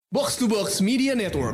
Box to Box Media Network.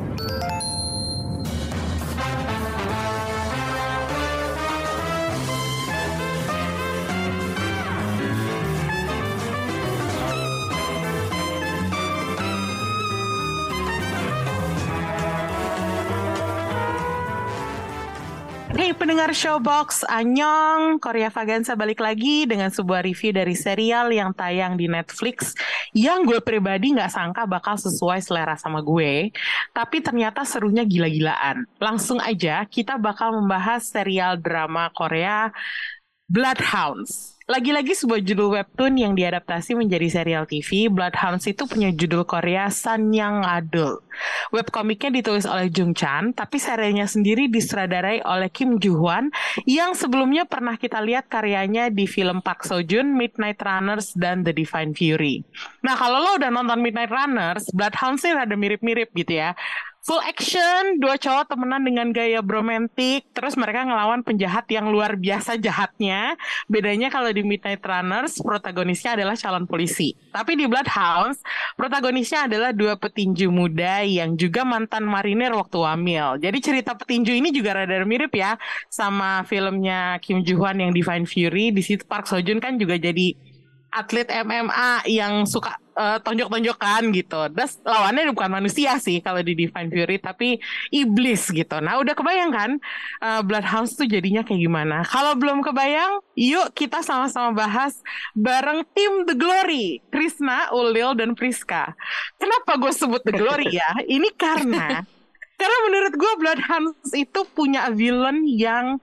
Hey pendengar Showbox, Annyeong, Korea Vaganza balik lagi dengan sebuah review dari serial yang tayang di Netflix yang gue pribadi gak sangka bakal sesuai selera sama gue, tapi ternyata serunya gila-gilaan. Langsung aja kita bakal membahas serial drama Korea Bloodhounds. Lagi-lagi sebuah judul webtoon yang diadaptasi menjadi serial TV. Bloodhounds itu punya judul Korea Sanyang Adul. Webkomiknya ditulis oleh Jung Chan, tapi serialnya sendiri disutradarai oleh Kim Joo Hwan yang sebelumnya pernah kita lihat karyanya di film Park Seo Joon, Midnight Runners, dan The Divine Fury. Nah, kalau lo udah nonton Midnight Runners, Bloodhounds sih rada mirip-mirip gitu ya. Full action, dua cowok temenan dengan gaya bromantik, terus mereka ngelawan penjahat yang luar biasa jahatnya. Bedanya kalau di Midnight Runners, protagonisnya adalah calon polisi. Tapi di Bloodhounds, protagonisnya adalah dua petinju muda yang juga mantan marinir waktu hamil. Jadi cerita petinju ini juga rada mirip ya sama filmnya Kim Joo Hwan yang Divine Fury. Di situ Park Seo Joon kan juga jadi atlet MMA yang suka tonjok-tonjokan gitu. Dan lawannya bukan manusia sih kalau di Divine Fury, tapi iblis gitu. Nah udah kebayang kan Bloodhounds tuh jadinya kayak gimana? Kalau belum kebayang, yuk kita sama-sama bahas bareng tim The Glory, Krisna, Ulil, dan Priska. Kenapa gue sebut The Glory ya? Ini karena menurut gue Bloodhounds itu punya villain yang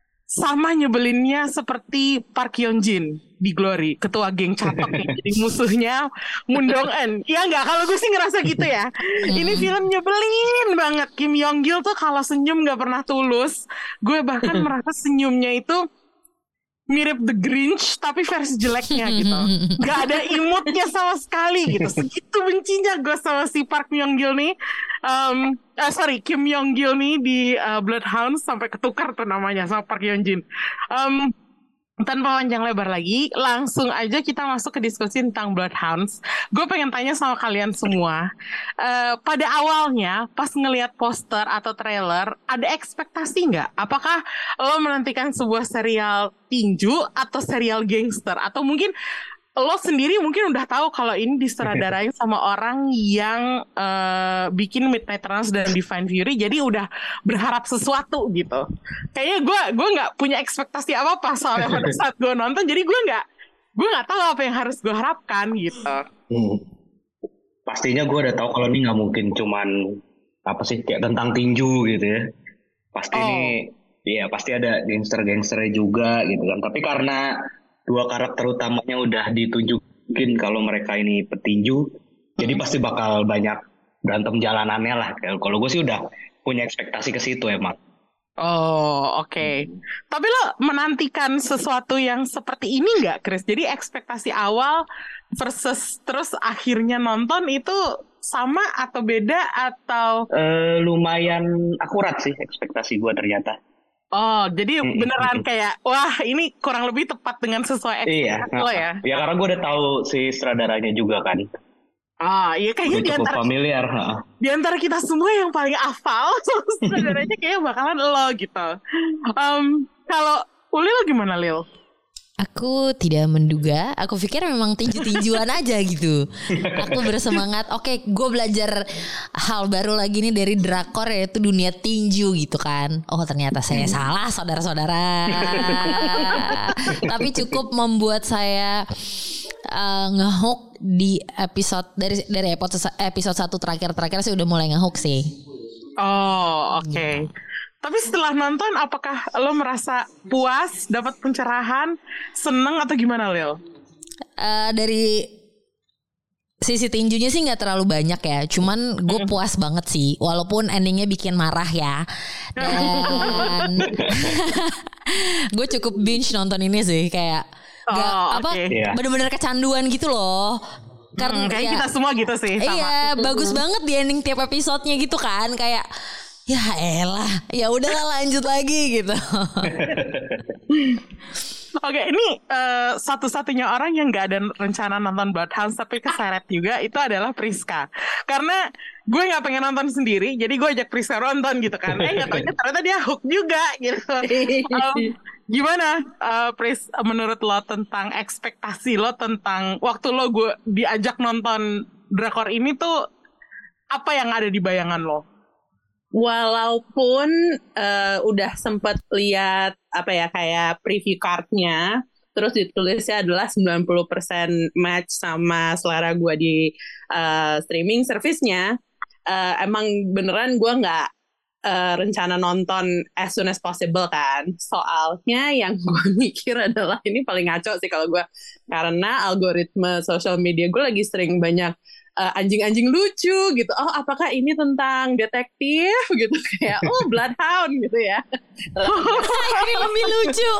sama nyebelinnya seperti Park Hyun Jin di Glory, ketua geng catok yang jadi musuhnya Moon Dong Eun. Ya enggak, kalau gue sih ngerasa gitu ya. Ini film nyebelin banget. Kim Yong Gil tuh kalau senyum gak pernah tulus. Gue bahkan merasa senyumnya itu mirip The Grinch tapi versi jeleknya gitu. Gak ada imutnya sama sekali gitu. Segitu bencinya gue sama si Park Myong Gil nih. Kim Yong Gil nih di Bloodhounds sampai ketukar tuh namanya sama Park Hyun Jin. Tanpa panjang lebar lagi, langsung aja kita masuk ke diskusi tentang Bloodhounds. Gue pengen tanya sama kalian semua, pada awalnya pas ngelihat poster atau trailer, ada ekspektasi nggak? Apakah lo menantikan sebuah serial tinju atau serial gangster? Atau mungkin lo sendiri mungkin udah tahu kalau ini disutradarain sama orang yang bikin Midnight Runners dan Divine Fury, jadi udah berharap sesuatu gitu. Kayaknya gue nggak punya ekspektasi apa-apa soalnya pada saat gue nonton, jadi gue nggak tahu apa yang harus gue harapkan gitu. Pastinya gue udah tahu kalau ini nggak mungkin cuman apa sih kayak tentang tinju gitu ya. Pasti ini ya pasti ada gangster-gangsternya juga gitu kan. Tapi karena dua karakter utamanya udah ditunjukin kalau mereka ini petinju, jadi pasti bakal banyak berantem jalanannya lah. Kalau gue sih udah punya ekspektasi ke situ emang. Oh, oke. Tapi lo menantikan sesuatu yang seperti ini nggak, Chris? Jadi ekspektasi awal versus terus akhirnya nonton itu sama atau beda atau? Lumayan akurat sih ekspektasi gue ternyata. Oh, jadi beneran kayak, wah ini kurang lebih tepat dengan sesuai ekspektasi lo ya? Ya karena gue udah tahu si sutradaranya juga kan. Ah, iya kayaknya cukup familiar. Di antara kita semua yang paling hafal sutradaranya kayaknya bakalan lo gitu. Kalau Ulil gimana, Lil? Aku tidak menduga. Aku pikir memang tinju-tinjuan aja gitu. Aku bersemangat. Oke, gue belajar hal baru lagi nih dari drakor, yaitu dunia tinju gitu kan. Oh ternyata saya salah, saudara-saudara. Tapi cukup membuat saya ngehook di episode dari episode 1 terakhir saya udah mulai ngehook sih. Oh, oke. Tapi setelah nonton, apakah lo merasa puas, dapat pencerahan, seneng atau gimana, Lil? Dari sisi tinjunya sih nggak terlalu banyak ya, cuman gue puas banget sih, walaupun endingnya bikin marah ya. Dan gue cukup binge nonton ini sih, kayak bener-bener kecanduan gitu loh. Karena kayak kita semua gitu sih. Iya, bagus banget di ending tiap episodenya gitu kan, kayak ya elah, ya udahlah lanjut lagi gitu. Oke, ini satu-satunya orang yang nggak ada rencana nonton Bloodhounds tapi keseret juga itu adalah Priska. Karena gue nggak pengen nonton sendiri, jadi gue ajak Priska nonton gitu kan. Nggak taunya ternyata dia hook juga gitu. Gimana, Pris, menurut lo tentang ekspektasi lo tentang waktu lo gue diajak nonton drakor ini tuh apa yang ada di bayangan lo? Walaupun udah sempet lihat apa ya kayak preview cardnya, terus ditulisnya adalah 90% match sama selera gue di streaming service-nya, emang beneran gue nggak rencana nonton as soon as possible kan. Soalnya yang gue mikir adalah ini paling ngaco sih kalau gue, karena algoritma social media gue lagi sering banyak anjing-anjing lucu gitu. Oh, apakah ini tentang detektif gitu, kayak Bloodhound gitu ya. Ini lebih lucu.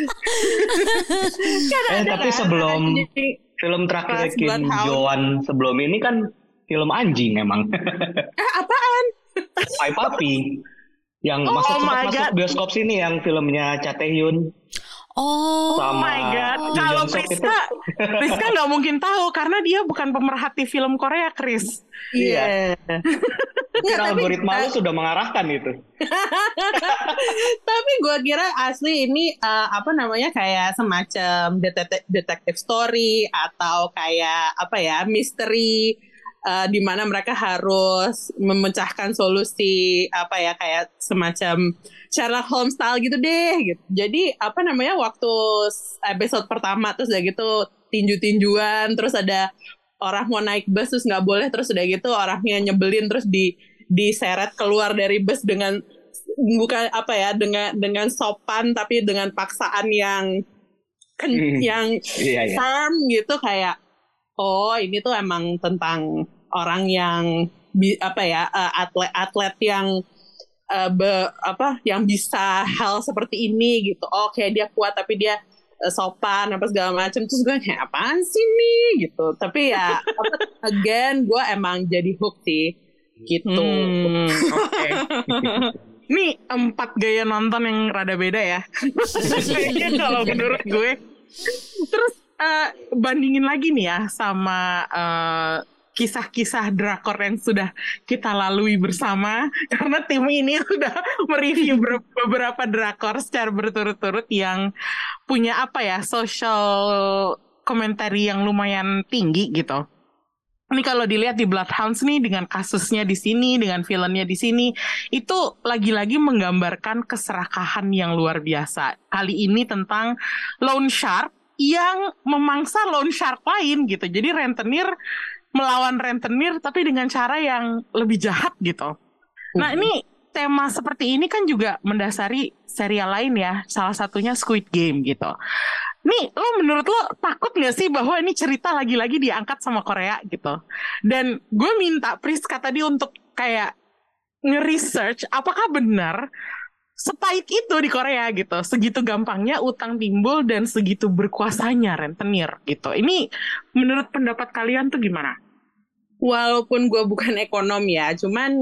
Tapi sebelum film terakhir Kim Joan sebelum ini kan film anjing emang. Apaan? My Puppy yang masuk bioskop sini, yang filmnya Cha Tae-hyun. Oh my god. Kalau Priska nggak mungkin tahu karena dia bukan pemerhati film Korea, Chris. Iya. Kira algoritma lu sudah mengarahkan itu. Tapi gue kira asli ini apa namanya kayak semacam detective story atau kayak apa ya, misteri di mana mereka harus memecahkan solusi apa ya, kayak semacam Sherlock Holmes style gitu deh gitu. Jadi apa namanya, waktu episode pertama terus udah gitu tinju-tinjuan, terus ada orang mau naik bus terus nggak boleh, terus udah gitu orangnya nyebelin terus diseret keluar dari bus dengan bukan apa ya, dengan sopan tapi dengan paksaan yang firm gitu, kayak oh ini tuh emang tentang orang yang apa ya, atlet yang yang bisa hal seperti ini gitu. Oh kayak dia kuat tapi dia sopan apa segala macam. Terus gue kayak apaan sih nih gitu. Tapi ya again gue emang jadi hook sih gitu. Oke. Ini 4 gaya nonton yang rada beda ya. Kalau menurut gue. Terus bandingin lagi nih ya sama kisah-kisah drakor yang sudah kita lalui bersama, karena tim ini sudah mereview beberapa drakor secara berturut-turut yang punya apa ya, social commentary yang lumayan tinggi gitu. Ini kalau dilihat di Bloodhounds nih, dengan kasusnya di sini, dengan villainnya di sini, itu lagi-lagi menggambarkan keserakahan yang luar biasa. Kali ini tentang loan shark yang memangsa loan shark lain gitu. Jadi rentenir melawan rentenir tapi dengan cara yang lebih jahat gitu. Nah ini tema seperti ini kan juga mendasari serial lain ya. Salah satunya Squid Game gitu. Nih menurut lo takut gak sih bahwa ini cerita lagi-lagi diangkat sama Korea gitu. Dan gue minta Priska tadi untuk kayak nge-research apakah benar sepahit itu di Korea gitu, segitu gampangnya utang timbul dan segitu berkuasanya rentenir gitu. Ini menurut pendapat kalian tuh gimana? Walaupun gue bukan ekonom ya, cuman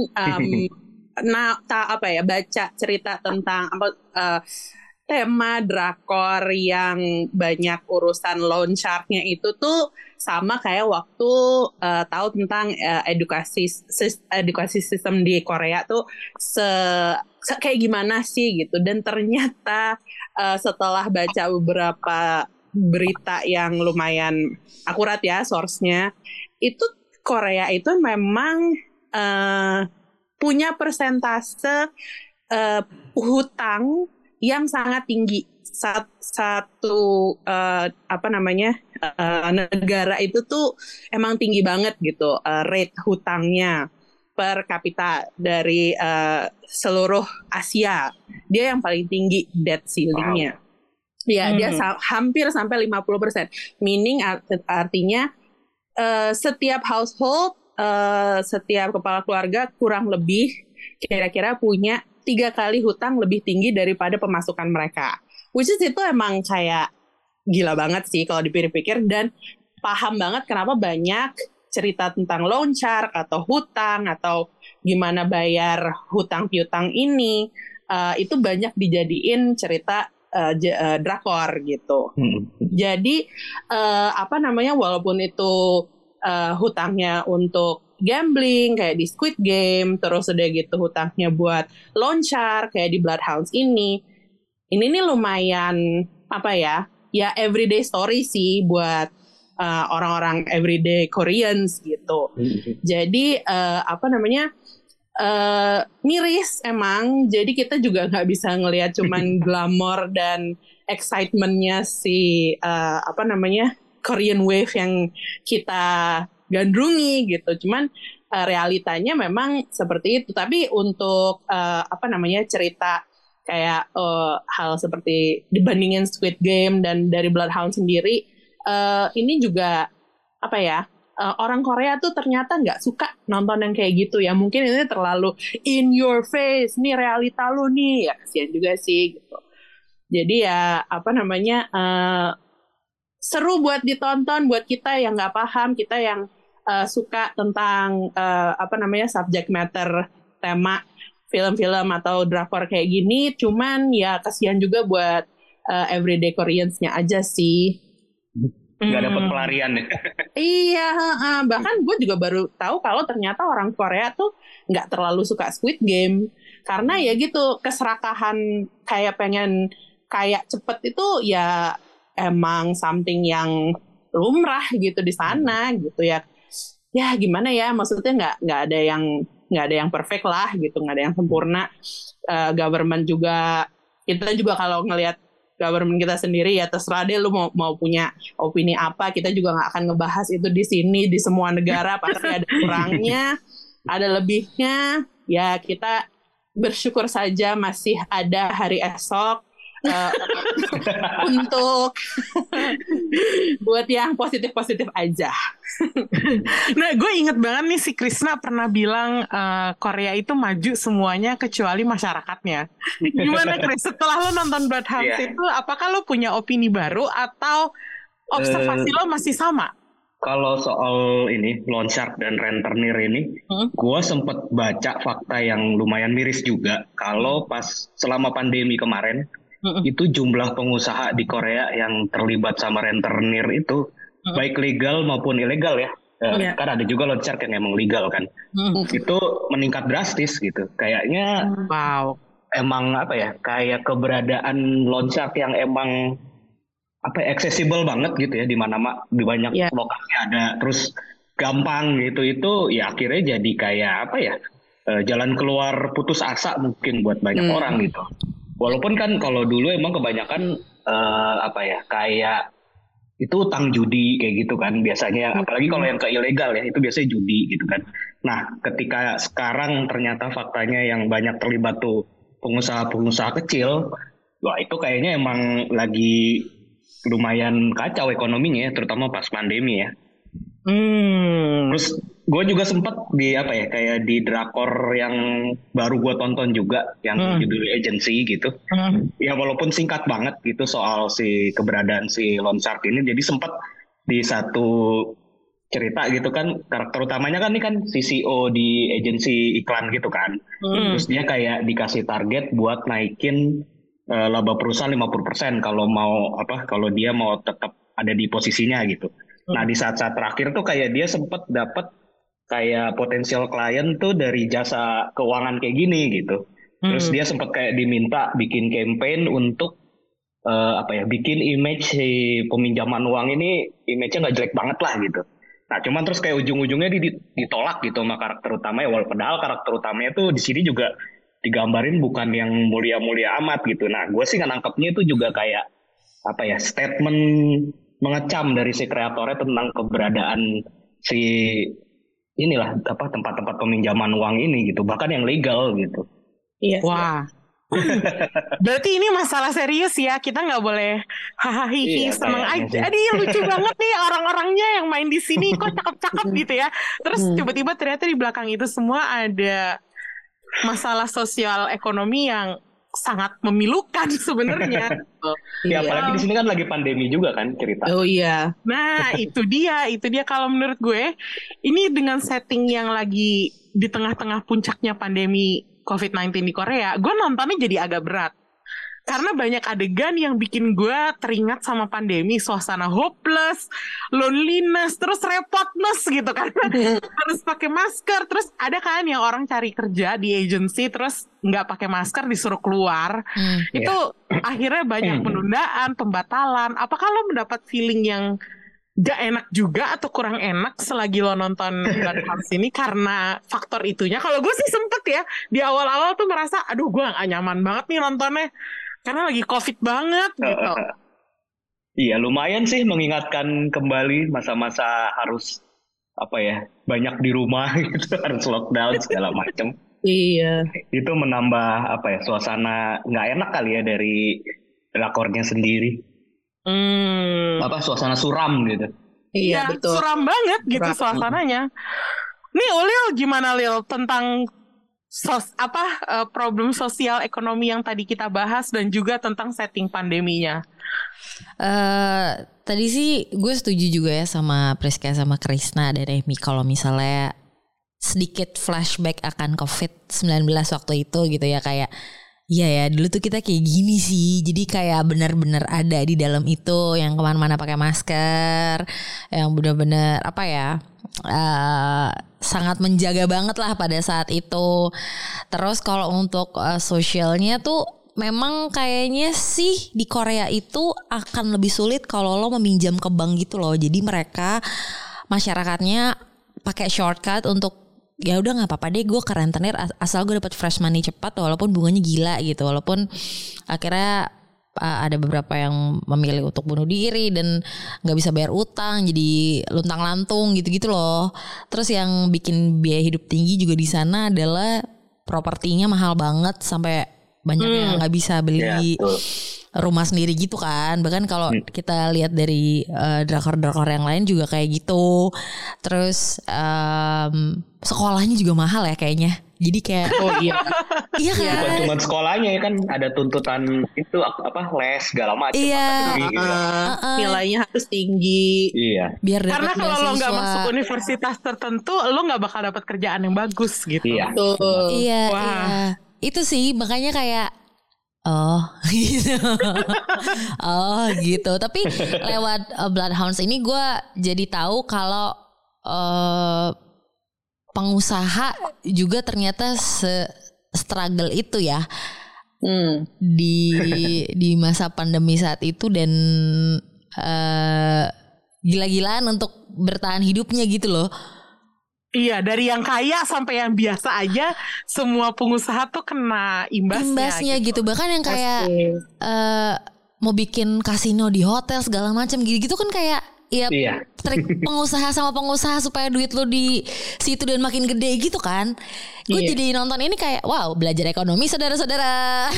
baca cerita tentang tema drakor yang banyak urusan loan shark-nya itu tuh sama kayak waktu tahu tentang edukasi sistem di Korea tuh kayak gimana sih gitu. Dan ternyata setelah baca beberapa berita yang lumayan akurat ya source-nya, itu Korea itu memang punya persentase hutang yang sangat tinggi. Satu negara itu tuh emang tinggi banget gitu rate hutangnya per kapita dari seluruh Asia. Dia yang paling tinggi debt ceiling-nya. Ya, dia hampir sampai 50%. Meaning artinya setiap household, setiap kepala keluarga kurang lebih kira-kira punya 3 kali hutang lebih tinggi daripada pemasukan mereka. Which is itu emang kayak gila banget sih kalau dipikir-pikir, dan paham banget kenapa banyak cerita tentang loan shark atau hutang atau gimana bayar hutang piutang ini itu banyak dijadiin cerita drakor gitu. Jadi walaupun itu hutangnya untuk gambling kayak di Squid Game, terus udah gitu hutangnya buat loncar kayak di Bloodhounds ini nih lumayan ya everyday story sih buat orang-orang everyday Koreans gitu. Jadi miris emang. Jadi kita juga nggak bisa ngelihat cuman glamor dan excitementnya si Korean Wave yang kita gandrungi gitu. Cuman realitanya memang seperti itu. Tapi untuk cerita kayak hal seperti dibandingin Squid Game dan dari Bloodhound sendiri, ini juga orang Korea tuh ternyata nggak suka nonton yang kayak gitu ya. Mungkin ini terlalu in your face, nih realita lu nih, ya kasihan juga sih gitu. Jadi ya seru buat ditonton buat kita yang nggak paham, kita yang suka tentang subject matter tema film-film atau drakor kayak gini. Cuman ya kasihan juga buat everyday Koreans-nya aja sih. Nggak dapat pelarian ya. Iya, bahkan gue juga baru tahu kalau ternyata orang Korea tuh nggak terlalu suka Squid Game karena ya gitu keserakahan kayak pengen kayak cepet itu ya emang something yang lumrah gitu di sana gitu ya. Ya gimana ya, maksudnya nggak ada yang perfect lah gitu, nggak ada yang sempurna. Government juga, kita juga kalau ngelihat government kita sendiri ya terserah deh lu mau punya opini apa, kita juga nggak akan ngebahas itu di sini. Di semua negara pasti ada kurangnya, ada lebihnya. Ya kita bersyukur saja masih ada hari esok untuk buat yang positif-positif aja. Nah, gue inget banget nih si Krisna pernah bilang Korea itu maju semuanya kecuali masyarakatnya. Gimana Kris? Setelah lo nonton Bloodhounds itu, apakah lo punya opini baru atau observasi lo masih sama? Kalau soal ini Loan Shark dan Rentenir ini, gue sempet baca fakta yang lumayan miris juga. Kalau pas selama pandemi kemarin, itu jumlah pengusaha di Korea yang terlibat sama rentenir itu baik legal maupun ilegal ya. Kan ada juga Loan Shark yang emang legal kan. Itu meningkat drastis gitu. Kayaknya emang kayak keberadaan Loan Shark yang emang accessible banget gitu ya, di banyak lokasi ada, terus gampang gitu, itu ya akhirnya jadi kayak jalan keluar putus asa mungkin buat banyak orang gitu. Walaupun kan kalau dulu emang kebanyakan kayak itu utang judi kayak gitu kan biasanya, apalagi kalau yang ke ilegal ya itu biasanya judi gitu kan. Nah ketika sekarang ternyata faktanya yang banyak terlibat tuh pengusaha-pengusaha kecil, wah itu kayaknya emang lagi lumayan kacau ekonominya ya, terutama pas pandemi ya. Terus gue juga sempat kayak di drakor yang baru gue tonton juga yang judul Agency gitu. Ya walaupun singkat banget gitu soal si keberadaan si Loan Shark ini, jadi sempat di satu cerita gitu kan, karakter utamanya kan ini kan CCO di agensi iklan gitu kan. Terus dia kayak dikasih target buat naikin laba perusahaan 50% kalau dia mau tetap ada di posisinya gitu. Nah di saat-saat terakhir tuh kayak dia sempat dapat kayak potensial klien tuh dari jasa keuangan kayak gini gitu. Terus dia sempat kayak diminta bikin campaign untuk bikin image si peminjaman uang ini image-nya nggak jelek banget lah gitu. Nah cuman terus kayak ujung-ujungnya ditolak gitu sama karakter utamanya, padahal karakter utamanya tuh di sini juga digambarin bukan yang mulia-mulia amat gitu. Nah gue sih nangkepnya itu juga kayak statement mengecam dari si kreatornya tentang keberadaan si tempat-tempat peminjaman uang ini gitu, bahkan yang legal gitu. Iya. Wah. Berarti ini masalah serius ya, kita nggak boleh hahaha seneng aja. Aduh lucu banget nih orang-orangnya yang main di sini kok cakep-cakep gitu ya. Terus tiba-tiba ternyata di belakang itu semua ada masalah sosial ekonomi yang sangat memilukan sebenarnya. Ya apalagi di sini kan lagi pandemi juga kan cerita. Oh iya. Nah itu dia kalau menurut gue ini dengan setting yang lagi di tengah-tengah puncaknya pandemi COVID-19 di Korea, gue nontonnya jadi agak berat. Karena banyak adegan yang bikin gue teringat sama pandemi, suasana hopeless, loneliness, terus repotness gitu kan. Harus pakai masker, terus ada kan yang orang cari kerja di agency terus nggak pakai masker disuruh keluar. Itu akhirnya banyak penundaan, pembatalan. Apakah lo mendapat feeling yang gak enak juga atau kurang enak selagi lo nonton Bloodhounds ini karena faktor itunya? Kalau gue sih sempet ya di awal-awal tuh merasa aduh gue gak nyaman banget nih nontonnya karena lagi covid banget gitu. Iya lumayan sih mengingatkan kembali masa-masa harus banyak di rumah gitu, harus lockdown segala macam. Iya. Itu menambah suasana nggak enak kali ya dari drakornya sendiri. Suasana suram gitu. Iya betul. Suram banget gitu suasananya. Nih Ulil gimana Lil tentang problem sosial ekonomi yang tadi kita bahas dan juga tentang setting pandeminya? Tadi sih gue setuju juga ya sama Priska sama Krisna dan Emi kalau misalnya sedikit flashback akan COVID-19 waktu itu gitu ya, kayak iya ya dulu tuh kita kayak gini sih, jadi kayak benar-benar ada di dalam itu, yang kemana-mana pakai masker, yang benar-benar sangat menjaga banget lah pada saat itu. Terus kalau untuk sosialnya tuh memang kayaknya sih di Korea itu akan lebih sulit kalau lo meminjam ke bank gitu loh. Jadi mereka masyarakatnya pakai shortcut untuk ya udah nggak apa-apa deh gue ke rentenir asal gue dapat fresh money cepat walaupun bunganya gila gitu. Walaupun akhirnya ada beberapa yang memilih untuk bunuh diri dan nggak bisa bayar utang jadi luntang-lantung gitu-gitu loh. Terus yang bikin biaya hidup tinggi juga di sana adalah propertinya mahal banget sampai banyak yang nggak bisa beli rumah sendiri gitu kan. Bahkan kalau kita lihat dari drakor-drakor yang lain juga kayak gitu. Terus sekolahnya juga mahal ya kayaknya. Jadi kayak iya kan. Bukan cuma sekolahnya ya kan, ada tuntutan itu les segala macam. Iya. Nilainya harus tinggi. Iya. Biar karena dapat kalau lo nggak beasiswa. masuk universitas tertentu, lo nggak bakal dapat kerjaan yang bagus gitu. Iya. Iya, Wah. iya. Itu sih makanya kayak gitu. Gitu. Tapi lewat Bloodhounds ini gue jadi tahu kalau pengusaha juga ternyata struggle itu ya di masa pandemi saat itu, dan gila-gilaan untuk bertahan hidupnya gitu loh. Iya, dari yang kaya sampai yang biasa aja, semua pengusaha tuh kena imbasnya gitu. Bahkan yang kayak mau bikin kasino di hotel segala macam gitu kan kayak trik pengusaha sama pengusaha supaya duit lo di situ dan makin gede gitu kan. Gue jadi nonton ini kayak wow, belajar ekonomi saudara-saudara.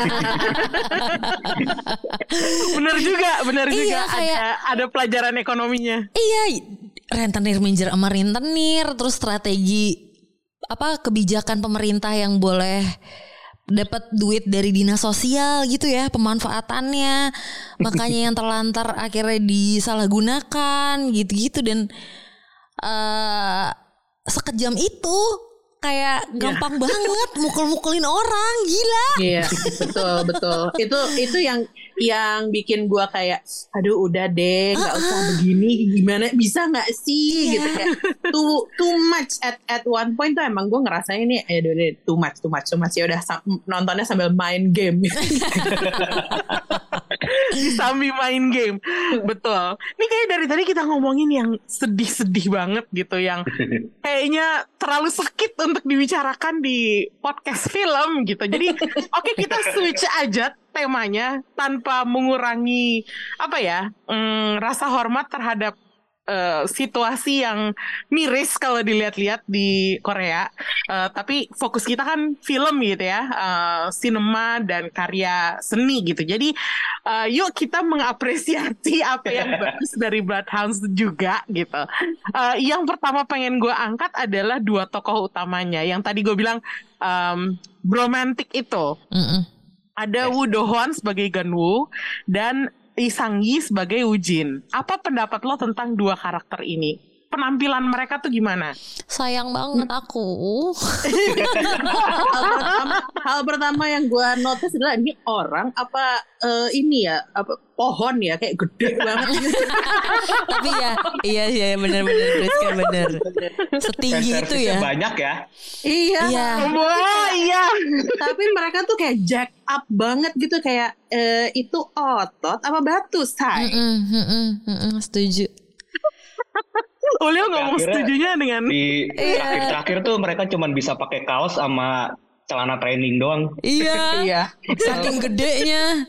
Bener juga kayak, ada pelajaran ekonominya. Iya, rentenir minjer sama rentenir, terus strategi kebijakan pemerintah yang boleh dapat duit dari dinas sosial gitu ya, pemanfaatannya. Makanya yang terlantar akhirnya disalahgunakan gitu-gitu, dan sekejam itu kayak gampang banget mukul-mukulin orang, gila. Iya, betul. Itu yang bikin gua kayak aduh udah deh, nggak usah begini, gimana bisa nggak sih gitu, kayak too much at one point tuh emang gua ngerasa ini too much ya udah nontonnya sambil main game. Sambil main game. Betul. Ini kayak dari tadi kita ngomongin yang sedih-sedih banget gitu, yang kayaknya terlalu sakit untuk dibicarakan di podcast film gitu. Jadi oke, kita switch aja temanya tanpa mengurangi rasa hormat terhadap situasi yang miris kalau dilihat-lihat di Korea. Tapi fokus kita kan film gitu ya, sinema dan karya seni gitu. Jadi yuk kita mengapresiasi apa yang bagus dari Bloodhounds juga gitu. Yang pertama pengen gue angkat adalah dua tokoh utamanya. Yang tadi gue bilang bromantik itu. Ada Woo Do Hwan sebagai Gun-woo dan Lee Sang-gi sebagai Woo Jin. Apa pendapat lo tentang dua karakter ini? penampilan mereka tuh gimana? Sayang banget aku. Hal pertama yang gue notice adalah ini orang apa ini ya apa pohon ya kayak gede banget gitu. Tapi iya benar-benar Priska benar. Setinggi itu ya. Banyak ya. Iya. Wah, iya. Tapi mereka tuh kayak jack up banget gitu kayak itu otot apa batu say. Setuju. Ulil ngomong Akhirnya setujunya dengan Di terakhir tuh mereka cuma bisa pakai kaos sama celana training doang. Iya. Saking gedenya.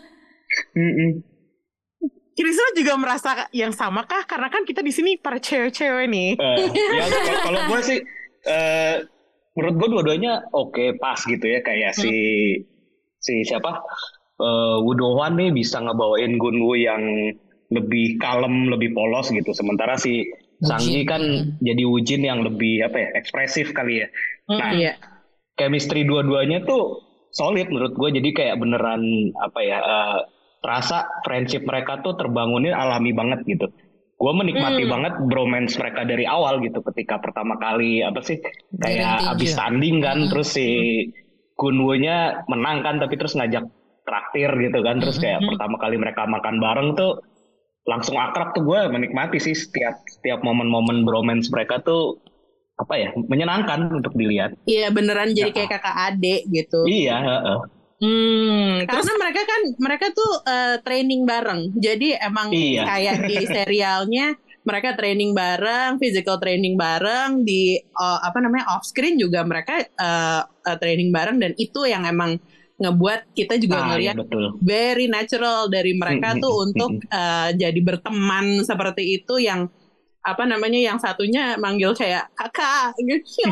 Krisna juga merasa yang sama kah? Karena kan kita di sini para cewek-cewek nih. Ya kalau gue sih menurut gue dua-duanya oke, pas gitu ya, kayak si siapa Wudowan nih bisa ngebawain Gunwu yang lebih kalem, lebih polos gitu, sementara si Sanggi kan jadi Wujin yang lebih apa ya, ekspresif kali ya. Nah, chemistry dua-duanya tuh solid menurut gue, jadi kayak beneran apa ya, terasa friendship mereka tuh terbangunnya alami banget gitu. Gue menikmati banget bromance mereka dari awal gitu, ketika pertama kali apa sih kayak abis tanding kan, terus si Gunwu-nya menang kan, tapi terus ngajak traktir gitu kan, terus kayak pertama kali mereka makan bareng tuh langsung akrab tuh. Gue menikmati sih setiap momen-momen bromance mereka tuh apa ya, menyenangkan untuk dilihat. Iya beneran jadi kayak kakak adik gitu. Iya. Karena mereka tuh training bareng. Jadi emang kayak di serialnya mereka training bareng, physical training bareng, di off screen juga mereka training bareng, dan itu yang emang ngebuat kita juga ngelihat very natural dari mereka tuh untuk jadi berteman seperti itu, yang yang satunya manggil kayak kakak gitu.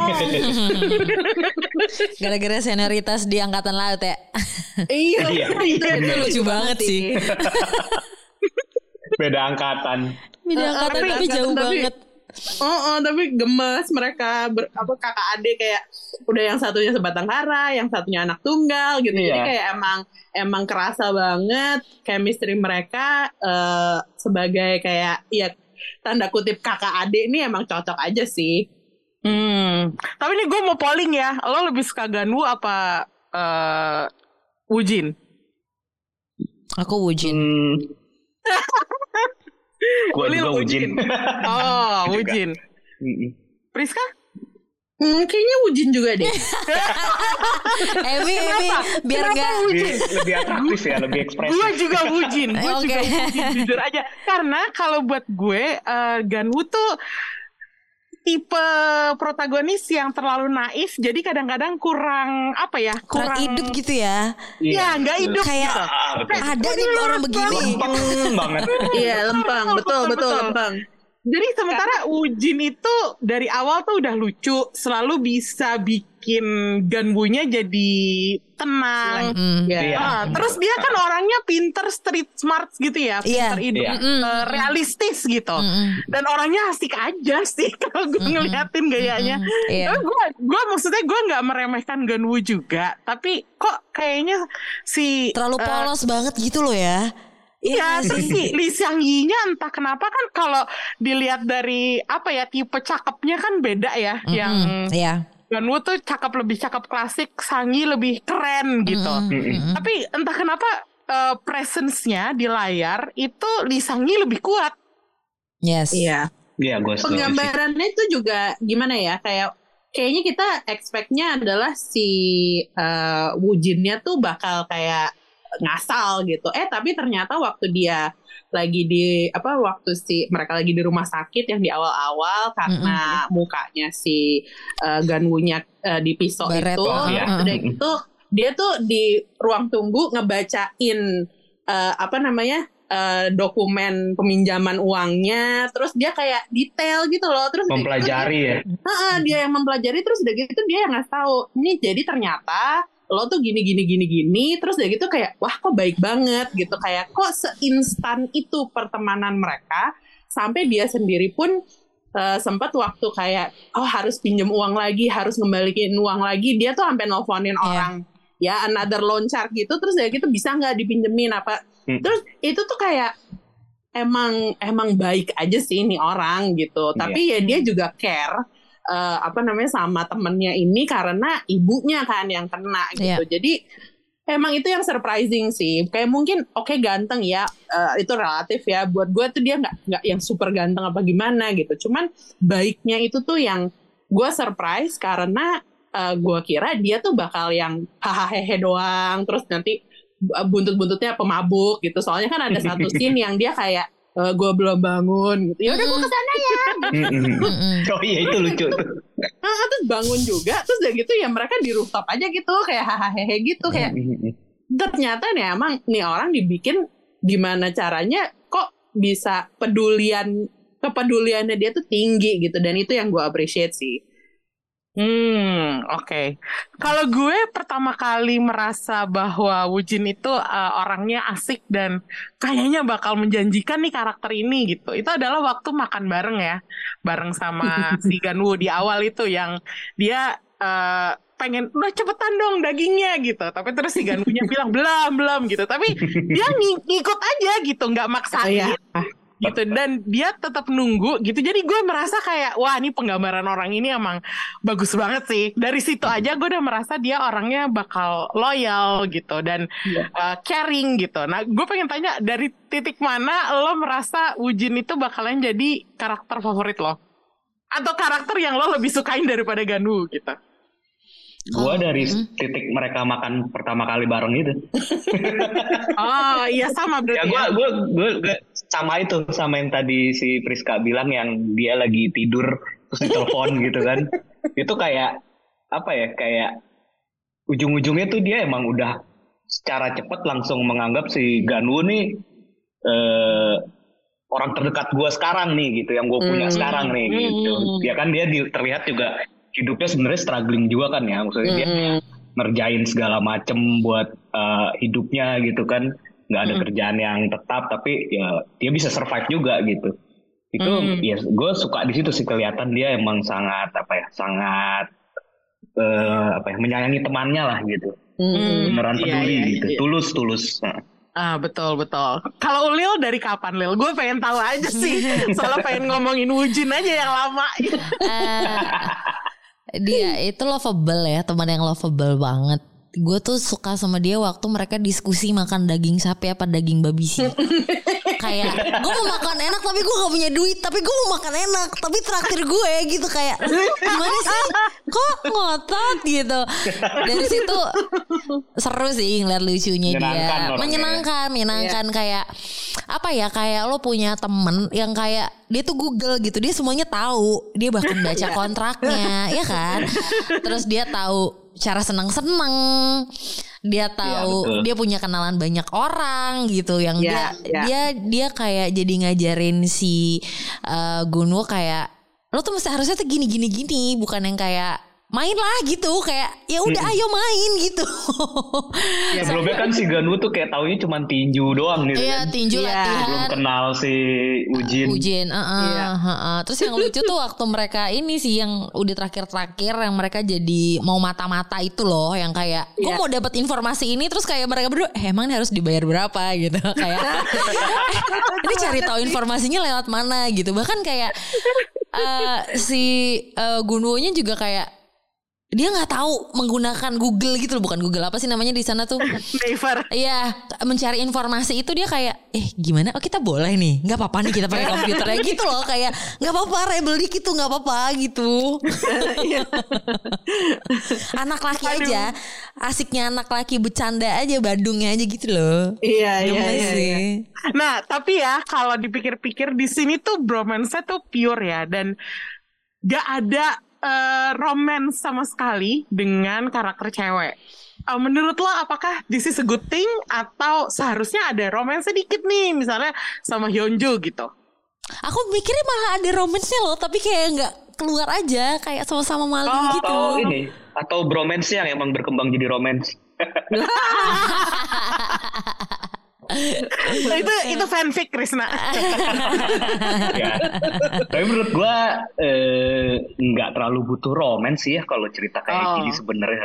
Gara-gara senioritas di angkatan laut ya. Iya. Itu lucu banget sih. Beda angkatan tapi jauh banget. Tapi gemes mereka kakak adik, kayak udah yang satunya sebatang kara, yang satunya anak tunggal gitu. Jadi kayak emang kerasa banget chemistry mereka sebagai kayak ya tanda kutip kakak adik ini emang cocok aja sih. Tapi ini gue mau polling ya, lo lebih suka Gunwu apa Wujin? Aku Wujin. Gue juga Wujin. Oh, Wujin. Priska? Kayaknya Wujin juga deh. Emi biar nggak lebih atraktif ya, lebih ekspresif. Gue juga Wujin. Jujur aja. Karena kalau buat gue Gunwu tuh tipe protagonis yang terlalu naif, jadi kadang-kadang kurang hidup gitu ya. Iya, nggak hidup kayak gitu. Ada nih orang begini. Lempeng banget. Iya, lempeng, betul lempeng. Jadi sementara Wujin itu dari awal tuh udah lucu, selalu bisa bikin Gunwu-nya jadi tenang. Terus dia kan orangnya pinter, street smart gitu ya, pinter hidup, realistis gitu. Dan orangnya asik aja sih kalau gue ngeliatin gayanya. Gue maksudnya gue nggak meremehkan Gunwu juga, tapi kok kayaknya terlalu polos banget gitu loh ya. Iya sih, Lee Seung-gi-nya entah kenapa kan kalau dilihat dari tipe cakepnya kan beda ya. Yang Gunwu tuh lebih cakep klasik, Sang-gi lebih keren gitu. Tapi entah kenapa presence-nya di layar itu Lee Seung-gi lebih kuat. Yes. Iya. Iya, gue setuju. Penggambarannya itu juga gimana ya, kayaknya kita expect-nya adalah si Wujinnya tuh bakal kayak ngasal gitu. Tapi ternyata waktu dia lagi waktu mereka lagi di rumah sakit yang di awal-awal karena mukanya si Gunwu-nya dipisau itu, udah gitu dia tuh di ruang tunggu ngebacain dokumen peminjaman uangnya, terus dia kayak detail gitu loh, terus mempelajari dia yang mempelajari, terus udah gitu dia yang ngasih tahu ini jadi ternyata lo tuh gini, terus udah gitu kayak wah kok baik banget gitu, kayak kok seinstan itu pertemanan mereka sampai dia sendiri pun sempat waktu kayak harus pinjam uang lagi, harus ngembaliin uang lagi, dia tuh sampai nelfonin orang another loan shark gitu, terus udah gitu bisa nggak dipinjemin apa, terus itu tuh kayak emang baik aja sih nih orang gitu. Tapi ya dia juga care sama temennya ini karena ibunya kan yang kena gitu. Jadi emang itu yang surprising sih. Kayak mungkin ganteng ya, itu relatif ya. Buat gue tuh dia nggak yang super ganteng apa gimana gitu. Cuman baiknya itu tuh yang gue surprise karena gue kira dia tuh bakal yang hahaha doang. Terus nanti buntut-buntutnya pemabuk gitu. Soalnya kan ada satu scene yang dia kayak gue belum bangun gitu. Ya udah gue kesana ya. Oh iya itu lucu tuh. Terus bangun juga, terus udah gitu ya mereka di rooftop aja gitu kayak hahaha gitu kayak. Ternyata nih emang nih orang dibikin gimana caranya kok bisa kepeduliannya dia tuh tinggi gitu, dan itu yang gue appreciate sih. Oke. Kalau gue pertama kali merasa bahwa Woojin itu orangnya asik dan kayaknya bakal menjanjikan nih karakter ini gitu. Itu adalah waktu makan bareng ya, bareng sama si Ganwoo di awal itu yang dia pengen udah cepetan dong dagingnya gitu. Tapi terus si Ganwoo-nya bilang belum gitu. Tapi dia ngikut aja gitu, nggak maksain. Gitu, dan dia tetap nunggu gitu. Jadi gue merasa kayak wah ini penggambaran orang ini emang bagus banget sih. Dari situ aja gue udah merasa dia orangnya bakal loyal gitu dan caring gitu. Nah gue pengen tanya, dari titik mana lo merasa Woojin itu bakalan jadi karakter favorit lo, atau karakter yang lo lebih sukain daripada Ganwoo gitu? Gue dari titik mereka makan pertama kali bareng itu. Oh iya sama berarti. Ya gue sama itu, sama yang tadi si Priska bilang yang dia lagi tidur terus ditelepon gitu kan. Itu kayak apa ya, kayak ujung-ujungnya tuh dia emang udah secara cepat langsung menganggap si Ganwoo nih orang terdekat gue sekarang nih gitu, yang gue punya sekarang nih gitu. Ya kan dia terlihat juga hidupnya sebenarnya struggling juga kan ya, maksudnya dia ngerjain segala macem buat hidupnya gitu kan, nggak ada kerjaan yang tetap tapi ya dia bisa survive juga gitu. Itu ya gue suka di situ sih, kelihatan dia emang sangat menyayangi temannya lah gitu, beneran peduli gitu, tulus. Betul. Kalau Ulil dari kapan Lil? Gue pengen tahu aja sih. Soalnya pengen ngomongin Woojin aja yang lama. Dia itu lovable ya, teman yang lovable banget. Gue tuh suka sama dia waktu mereka diskusi makan daging sapi apa daging babi sih. Kayak gue mau makan enak tapi gue gak punya duit, tapi gue mau makan enak tapi traktir gue gitu. Kayak gimana sih kok ngotot gitu. Dari situ seru sih ngeliat lucunya dia. Menyenangkan kayak apa ya, kayak lo punya temen yang kayak dia tuh Google gitu, dia semuanya tahu, dia bahkan baca kontraknya ya kan. Terus dia tahu cara senang-senang, dia tahu dia punya kenalan banyak orang gitu yang dia kayak jadi ngajarin si Gunwo kayak lo tuh harusnya tuh gini, bukan yang kayak main lah gitu, kayak ya udah ayo main gitu. Ya sebelumnya kan si Ganwoo tuh kayak taunya cuma tinju doang gitu. Iya, tinju latihan. Belum kenal si Woojin. Terus yang lucu tuh waktu mereka ini sih yang udah terakhir yang mereka jadi mau mata-mata itu loh, yang kayak gue mau dapat informasi ini, terus kayak mereka berdua emang ini harus dibayar berapa gitu. Kayak ini cari tahu informasinya lewat mana gitu. Bahkan kayak si Gunwo-nya juga kayak dia nggak tahu menggunakan Google gitu loh, bukan Google apa sih namanya di sana tuh, Naver. Iya, mencari informasi itu dia kayak gimana? Oh kita boleh nih, nggak apa-apa nih kita pakai komputer ya gitu loh, kayak nggak apa-apa, rebel dikit tuh nggak apa-apa gitu. Anak laki aja, asiknya anak laki bercanda aja, badungnya aja gitu loh. Iya. Nah tapi ya kalau dipikir-pikir di sini tuh bromance-nya tuh pure ya, dan gak ada romance sama sekali dengan karakter cewek. Menurut lo apakah this is a good thing, atau seharusnya ada romance sedikit nih misalnya sama Hyunjo gitu? Aku mikirnya malah ada romance-nya loh, tapi kayak nggak keluar aja, kayak sama-sama malu gitu. Atau bromance yang emang berkembang jadi romance. itu fanfic Krisna. Ya. Tapi menurut gue nggak terlalu butuh romance sih ya kalau cerita kayak gini sebenarnya.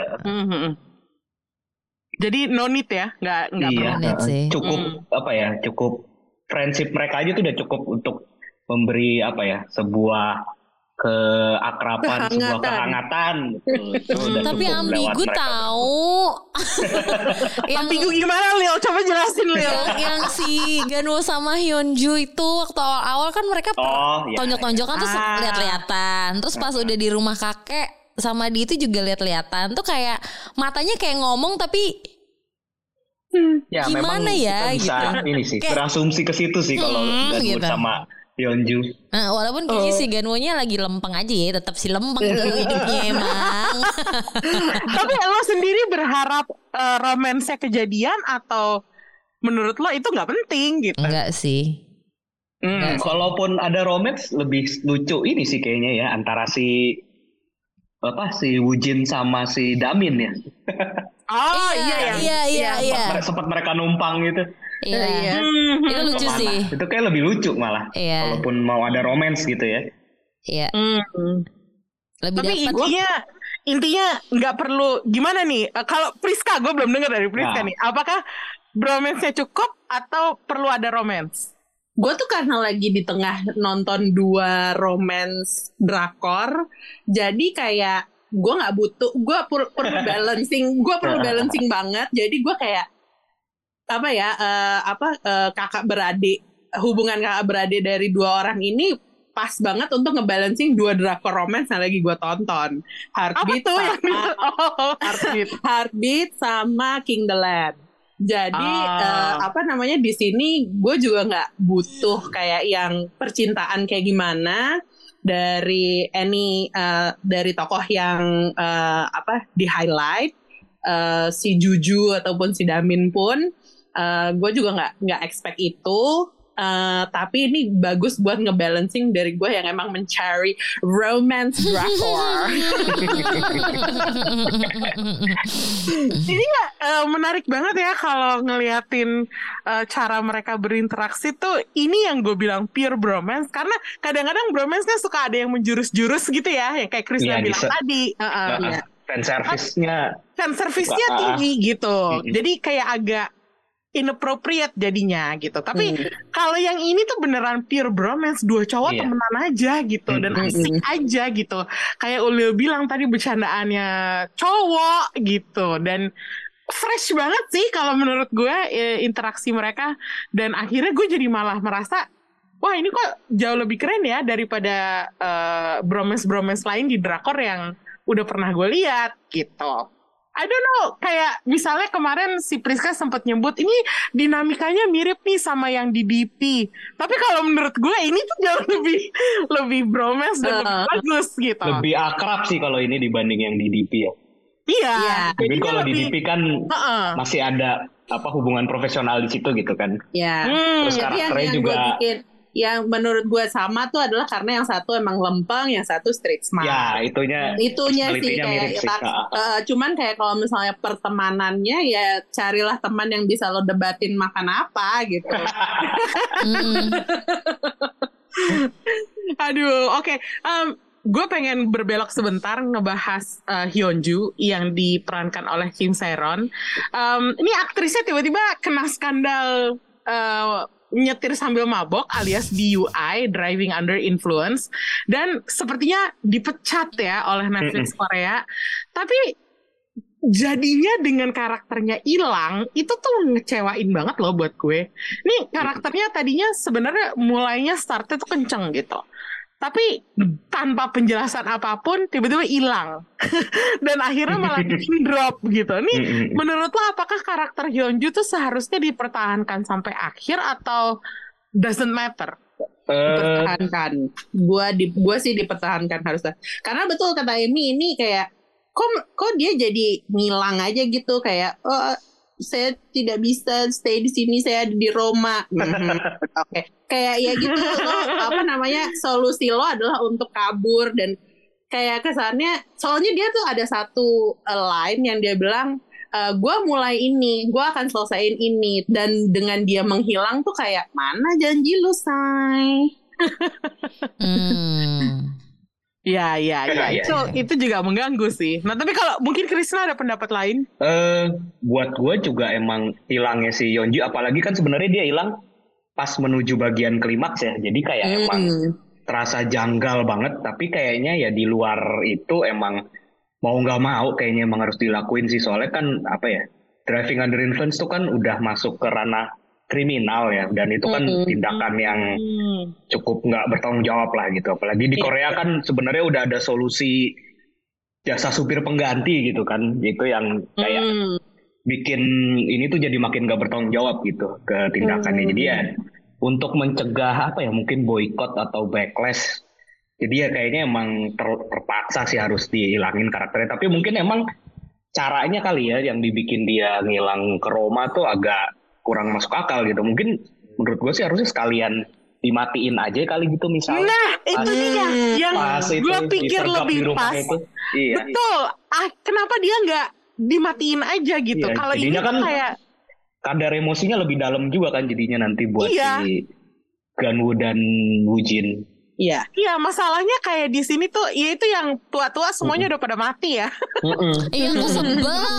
Jadi no need ya, nggak perlu. Cukup cukup friendship mereka aja tuh udah cukup untuk memberi apa ya, sebuah keakraban, sebuah kehangatan. Tapi ambigu tahu. Ambigu gimana Lil? Coba jelasin Lil. yang si Ganwoo sama Hyunju itu waktu awal-awal kan mereka tonjok-tonjokan terus lihat-lihatan. Terus pas udah di rumah kakek sama dia itu juga lihat-lihatan. Tuh kayak matanya kayak ngomong tapi ya, gimana memang ya kita bisa gitu. ini sih, berasumsi ke situ sih kalau Ganwoo gitu. sama Hyunju. Nah, walaupun kayaknya si Ganwoo-nya lagi lempeng aja ya, tetap si lempeng tuh hidupnya emang. Tapi lo sendiri berharap romansnya kejadian atau menurut lo itu nggak penting gitu? Enggak sih. Kalaupun ada romance lebih lucu ini sih kayaknya ya, antara si Woojin sama si Damin ya. Oh iya. Sempat mereka numpang gitu. Iya. Itu lucu sih. Itu kayak lebih lucu malah. Iya. Walaupun mau ada romance gitu ya. Iya. Lebih tapi dapat. intinya nggak perlu gimana nih? Kalau Priska, gue belum dengar dari Priska nih. Apakah bromance-nya cukup atau perlu ada romance? Gue tuh karena lagi di tengah nonton 2 romance drakor, jadi kayak gue nggak butuh, gue perlu balancing banget. Jadi gue kayak kakak beradik, hubungan kakak beradik dari 2 orang ini pas banget untuk ngebalancing 2 drakor romance yang lagi gue tonton. Heartbeat sama King the Land. Jadi di sini gue juga nggak butuh kayak yang percintaan kayak gimana dari dari tokoh yang di highlight, si Juju ataupun si Damin pun gue juga nggak expect itu. Tapi ini bagus buat ngebalancing dari gue yang emang mencari romance drakor. Ini menarik banget ya kalau ngeliatin cara mereka berinteraksi tuh. Ini yang gue bilang pure bromance, karena kadang-kadang bromance kan suka ada yang menjurus-jurus gitu ya, yang kayak Krisna bilang tadi. Fan service-nya tinggi gitu. Jadi kayak agak inappropriate jadinya gitu. Tapi kalau yang ini tuh beneran pure bromance, 2 cowok temenan aja gitu, dan asik aja gitu. Kayak Ulil bilang tadi, bercandaannya cowok gitu, dan fresh banget sih kalau menurut gue interaksi mereka. Dan akhirnya gue jadi malah merasa, wah ini kok jauh lebih keren ya daripada bromance lain di drakor yang udah pernah gue lihat gitu. I don't know, kayak misalnya kemarin si Priska sempat nyebut ini dinamikanya mirip nih sama yang di DP. Tapi kalau menurut gue ini tuh jauh lebih bromance dan lebih bagus gitu. Lebih akrab sih kalau ini dibanding yang di DP ya. Iya. Mungkin kalau di DP kan masih ada hubungan profesional di situ gitu kan. Iya. Terus karakternya yang juga. Yang menurut gue sama tuh adalah karena yang satu emang lempeng, yang satu street smart. Ya, itunya sih kayak cuman kayak kalau misalnya pertemanannya ya carilah teman yang bisa lo debatin makan apa gitu. Aduh, oke. Gue pengen berbelok sebentar ngebahas Hyunju yang diperankan oleh Kim Sae-ron. Ini aktrisnya tiba-tiba kena skandal nyetir sambil mabok alias DUI, driving under influence, dan sepertinya dipecat ya oleh Netflix Korea. Tapi jadinya dengan karakternya hilang, itu tuh ngecewain banget loh buat gue. Nih karakternya tadinya sebenarnya mulainya startnya tuh kenceng gitu, tapi tanpa penjelasan apapun tiba-tiba hilang. Dan akhirnya malah bikin drop gitu. Nih menurut lo apakah karakter Hyunju tuh seharusnya dipertahankan sampai akhir atau doesn't matter? Dipertahankan. Gua sih dipertahankan harusnya. Karena betul kata Amy, ini kayak kok dia jadi ngilang aja gitu, kayak saya tidak bisa stay di sini, saya ada di Roma. Oke. Kayak ya gitu solusi lo adalah untuk kabur, dan kayak kesannya, soalnya dia tuh ada satu line yang dia bilang, gue mulai ini, gue akan selesaiin ini, dan dengan dia menghilang tuh kayak, mana janji lu, say? Ya. Itu juga mengganggu sih. Nah, tapi kalau mungkin Krisna ada pendapat lain? Buat gue juga emang hilangnya si Hyunju, apalagi kan sebenarnya dia hilang pas menuju bagian klimaks ya. Jadi kayak emang terasa janggal banget. Tapi kayaknya ya di luar itu emang mau nggak mau kayaknya emang harus dilakuin sih. Soalnya kan apa ya, driving under influence tuh kan udah masuk ke ranah kriminal ya. Dan itu kan tindakan yang cukup nggak bertanggung jawab lah gitu. Apalagi di Korea kan sebenarnya udah ada solusi jasa supir pengganti gitu kan. Itu yang kayak bikin ini tuh jadi makin gak bertanggung jawab gitu ke tindakannya. Jadi ya untuk mencegah apa ya, mungkin boykot atau backlash, jadi ya kayaknya emang terpaksa sih harus dihilangin karakternya. Tapi mungkin emang caranya kali ya yang dibikin dia ngilang ke Roma tuh agak kurang masuk akal gitu. Mungkin menurut gue sih harusnya sekalian dimatiin aja kali gitu misalnya. Nah itu dia yang gue pikir lebih pas. Iya. Betul. Kenapa dia nggak dimatiin aja gitu? Iya, kalau ini kan kayak kadar emosinya lebih dalam juga kan jadinya nanti buat si Ganwoo dan Woojin. Iya. Iya, masalahnya kayak di sini tuh ya itu yang tua-tua semuanya udah pada mati ya. Iya, gue sebel.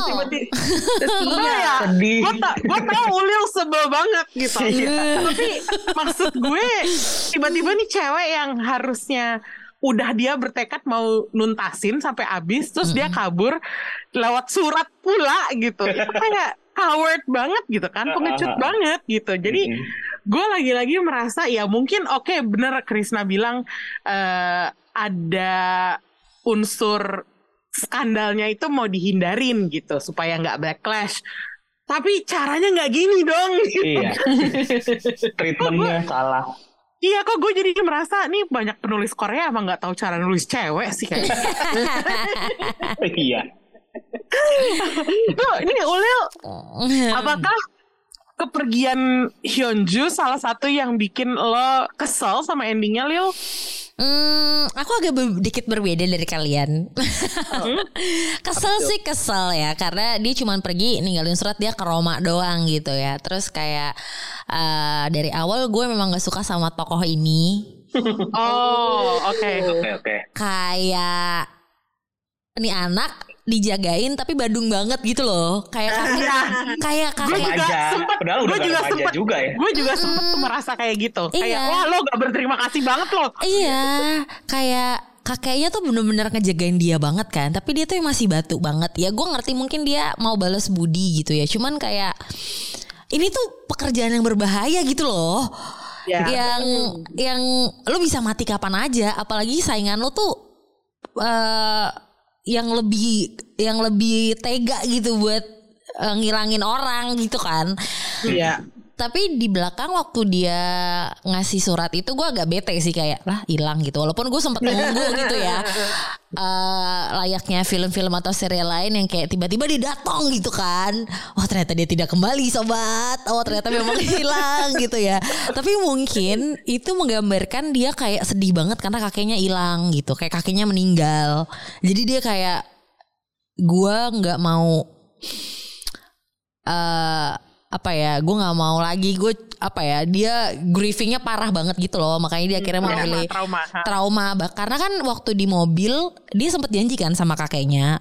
Ya. Gue tau Ulil sebel banget gitu. Tapi maksud gue tiba-tiba nih cewek yang harusnya udah dia bertekad mau nuntasin sampai habis, terus dia kabur lewat surat pula gitu. Itu kayak coward banget gitu kan, pengecut banget gitu. Jadi gue lagi-lagi merasa ya mungkin oke, bener Krisna bilang ada unsur skandalnya itu mau dihindarin gitu supaya nggak backlash. Tapi caranya nggak gini dong. Iya. Treatmentnya salah. Iya, kok gue jadi merasa nih banyak penulis Korea emang nggak tahu cara nulis cewek sih kayaknya. Iya. Tuh, ini Ulil, apakah kepergian Hyunju salah satu yang bikin lo kesel sama endingnya, Lil? Aku agak dikit berbeda dari kalian. Kesel ya, karena dia cuma pergi ninggalin surat, dia ke Roma doang gitu ya. Terus kayak dari awal gue memang gak suka sama tokoh ini. Oke. Kayak ini anak dijagain tapi badung banget gitu loh. Kayak gue juga sempet merasa kayak gitu. Kayak wah lo gak berterima kasih banget lo. Iya, kayak kakeknya tuh bener-bener ngejagain dia banget kan, tapi dia tuh masih batu banget. Ya gue ngerti mungkin dia mau balas budi gitu ya, cuman kayak ini tuh pekerjaan yang berbahaya gitu loh. Yang lo bisa mati kapan aja, apalagi saingan lo tuh yang lebih tega gitu buat ngilangin orang gitu kan. Iya. Tapi di belakang waktu dia ngasih surat itu gue agak bete sih, kayak lah hilang gitu. Walaupun gue sempet nunggu gitu ya, layaknya film-film atau serial lain yang kayak tiba-tiba dia datang gitu kan. Wah ternyata dia tidak kembali sobat. Oh ternyata memang hilang gitu ya. Tapi mungkin itu menggambarkan dia kayak sedih banget karena kakeknya hilang gitu. Kayak kakeknya meninggal. Jadi dia kayak gue nggak mau gue nggak mau lagi, dia grievingnya parah banget gitu loh, makanya dia akhirnya memilih trauma. Karena kan waktu di mobil dia sempat janji kan sama kakeknya,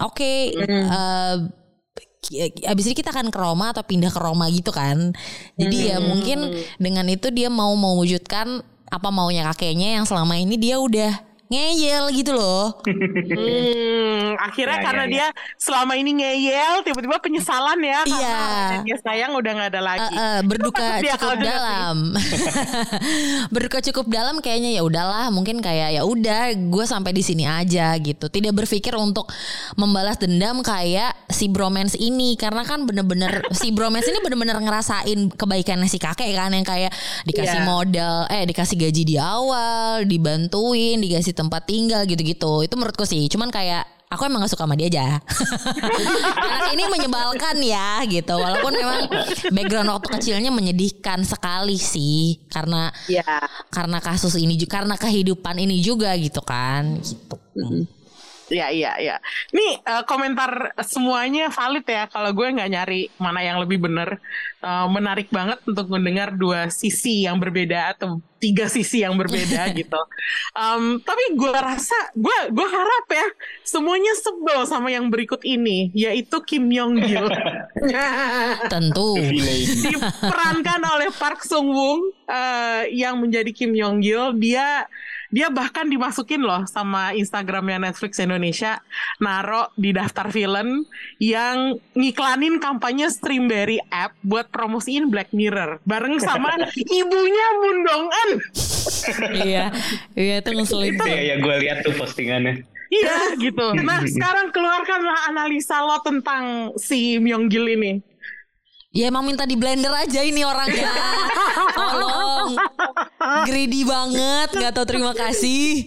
abis ini kita akan ke Roma atau pindah ke Roma gitu kan. Jadi ya mungkin dengan itu dia mau mewujudkan apa maunya kakeknya yang selama ini dia udah ngeyel gitu loh. Akhirnya karena dia selama ini ngeyel, tiba-tiba penyesalan ya, karena dia sayang udah nggak ada lagi. Berduka cukup dalam. Berduka cukup dalam kayaknya, ya udahlah, mungkin kayak ya udah gue sampai di sini aja gitu. Tidak berpikir untuk membalas dendam kayak si bromance ini, karena kan bener-bener si bromance ini bener-bener ngerasain kebaikannya si kakek kan, yang kayak dikasih modal, dikasih gaji di awal, dibantuin, dikasih tempat tinggal gitu-gitu. Itu menurutku sih. Cuman kayak aku emang gak suka sama dia aja. Anak ini menyebalkan ya gitu. Walaupun memang background waktu kecilnya menyedihkan sekali sih. Karena kasus ini, karena kehidupan ini juga gitu kan. Gitu. Iya. Nih komentar semuanya valid ya. Kalau gue nggak nyari mana yang lebih benar. Menarik banget untuk mendengar dua sisi yang berbeda atau tiga sisi yang berbeda gitu. Tapi gue rasa gue harap ya semuanya sebel sama yang berikut ini, yaitu Kim Yong Gil. Tentu. Diperankan oleh Park Sung Woong yang menjadi Kim Yong Gil. Dia bahkan dimasukin loh sama Instagramnya Netflix Indonesia, naro di daftar film yang ngiklanin kampanye Streamberry app buat promosiin Black Mirror bareng sama ibunya Moon Dong-eun. Iya itu ngeselin. Iya gue lihat tuh postingannya. Iya gitu. Nah sekarang keluarkanlah analisa lo tentang si Myung Gil ini. Ya emang minta di blender aja ini orangnya. Tolong. Greedy banget, gak tahu terima kasih.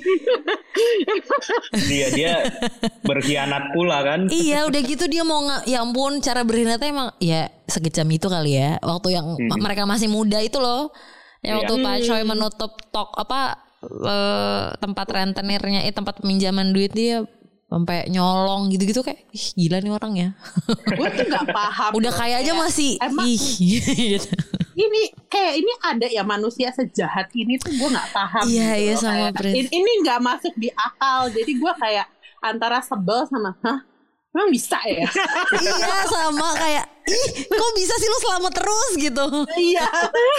Dia berkhianat pula kan. Iya udah gitu dia mau ya ampun cara berkhianatnya emang ya sekejam itu kali ya. Waktu yang mereka masih muda itu loh. Yang waktu Pak Choi menutup tempat rentenirnya, tempat peminjaman duit dia sampai nyolong gitu-gitu kayak gila nih orang ya. Gue tuh gak paham. Udah kaya aja masih gitu. Ini ada ya manusia sejahat ini tuh gue gak paham. Iya gitu sama kayak, ini gak masuk di akal. Jadi gue kayak antara sebel sama emang bisa ya. Iya sama kayak kok bisa sih lu selamat terus gitu. Iya.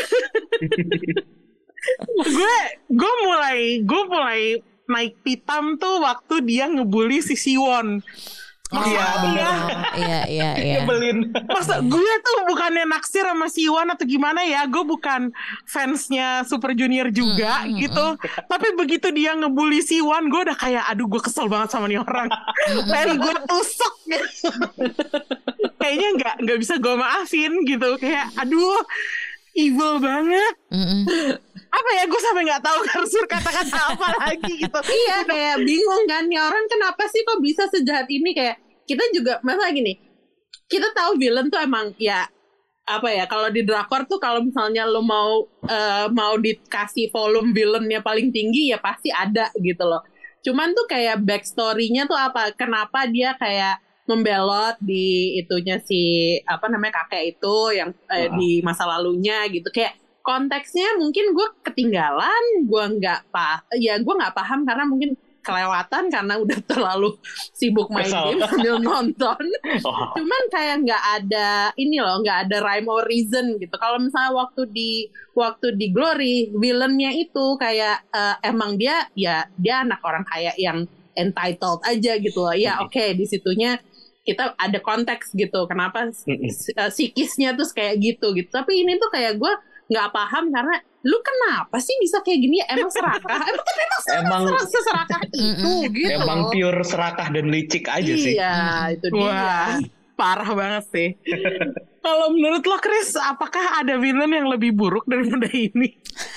gue mulai naik pitam tuh waktu dia ngebully si Siwon. Iya benar. Iya. Nyebelin. Masa gue tuh bukannya naksir sama Siwon atau gimana ya. Gue bukan fansnya Super Junior juga gitu. Tapi begitu dia ngebully Siwon, gue udah kayak aduh gue kesel banget sama nih orang. Pengen gue tusuk gitu. Kayaknya nggak bisa gue maafin gitu. Kayak aduh evil banget. Apa ya, gue sampai nggak tahu harus kata-kata apa lagi gitu. Iya kayak bingung kan nih orang kenapa sih kok bisa sejahat ini. Kayak kita juga masalah gini, kita tahu villain tuh emang ya apa ya, kalau di drakor tuh kalau misalnya lo mau dikasih volume villainnya paling tinggi ya pasti ada gitu loh. Cuman tuh kayak backstory-nya tuh apa, kenapa dia kayak membelot di itunya si apa namanya kakek itu yang di masa lalunya gitu. Kayak konteksnya mungkin gue ketinggalan, gue nggak paham karena mungkin kelewatan karena udah terlalu sibuk main game sambil nonton. Cuman kayak nggak ada rhyme or reason gitu. Kalau misalnya waktu di Glory villainnya itu kayak emang dia anak orang kaya yang entitled aja gitu loh. Ya oke, di situnya kita ada konteks gitu kenapa psikisnya tuh kayak gitu. Tapi ini tuh kayak gue nggak paham karena lu kenapa sih bisa kayak gini ya, emang serakah emang seserakah itu gitu. Emang pure serakah dan licik aja sih. Iya itu dia. Wah, parah banget sih. Kalau menurut lo Chris, apakah ada villain yang lebih buruk daripada ini?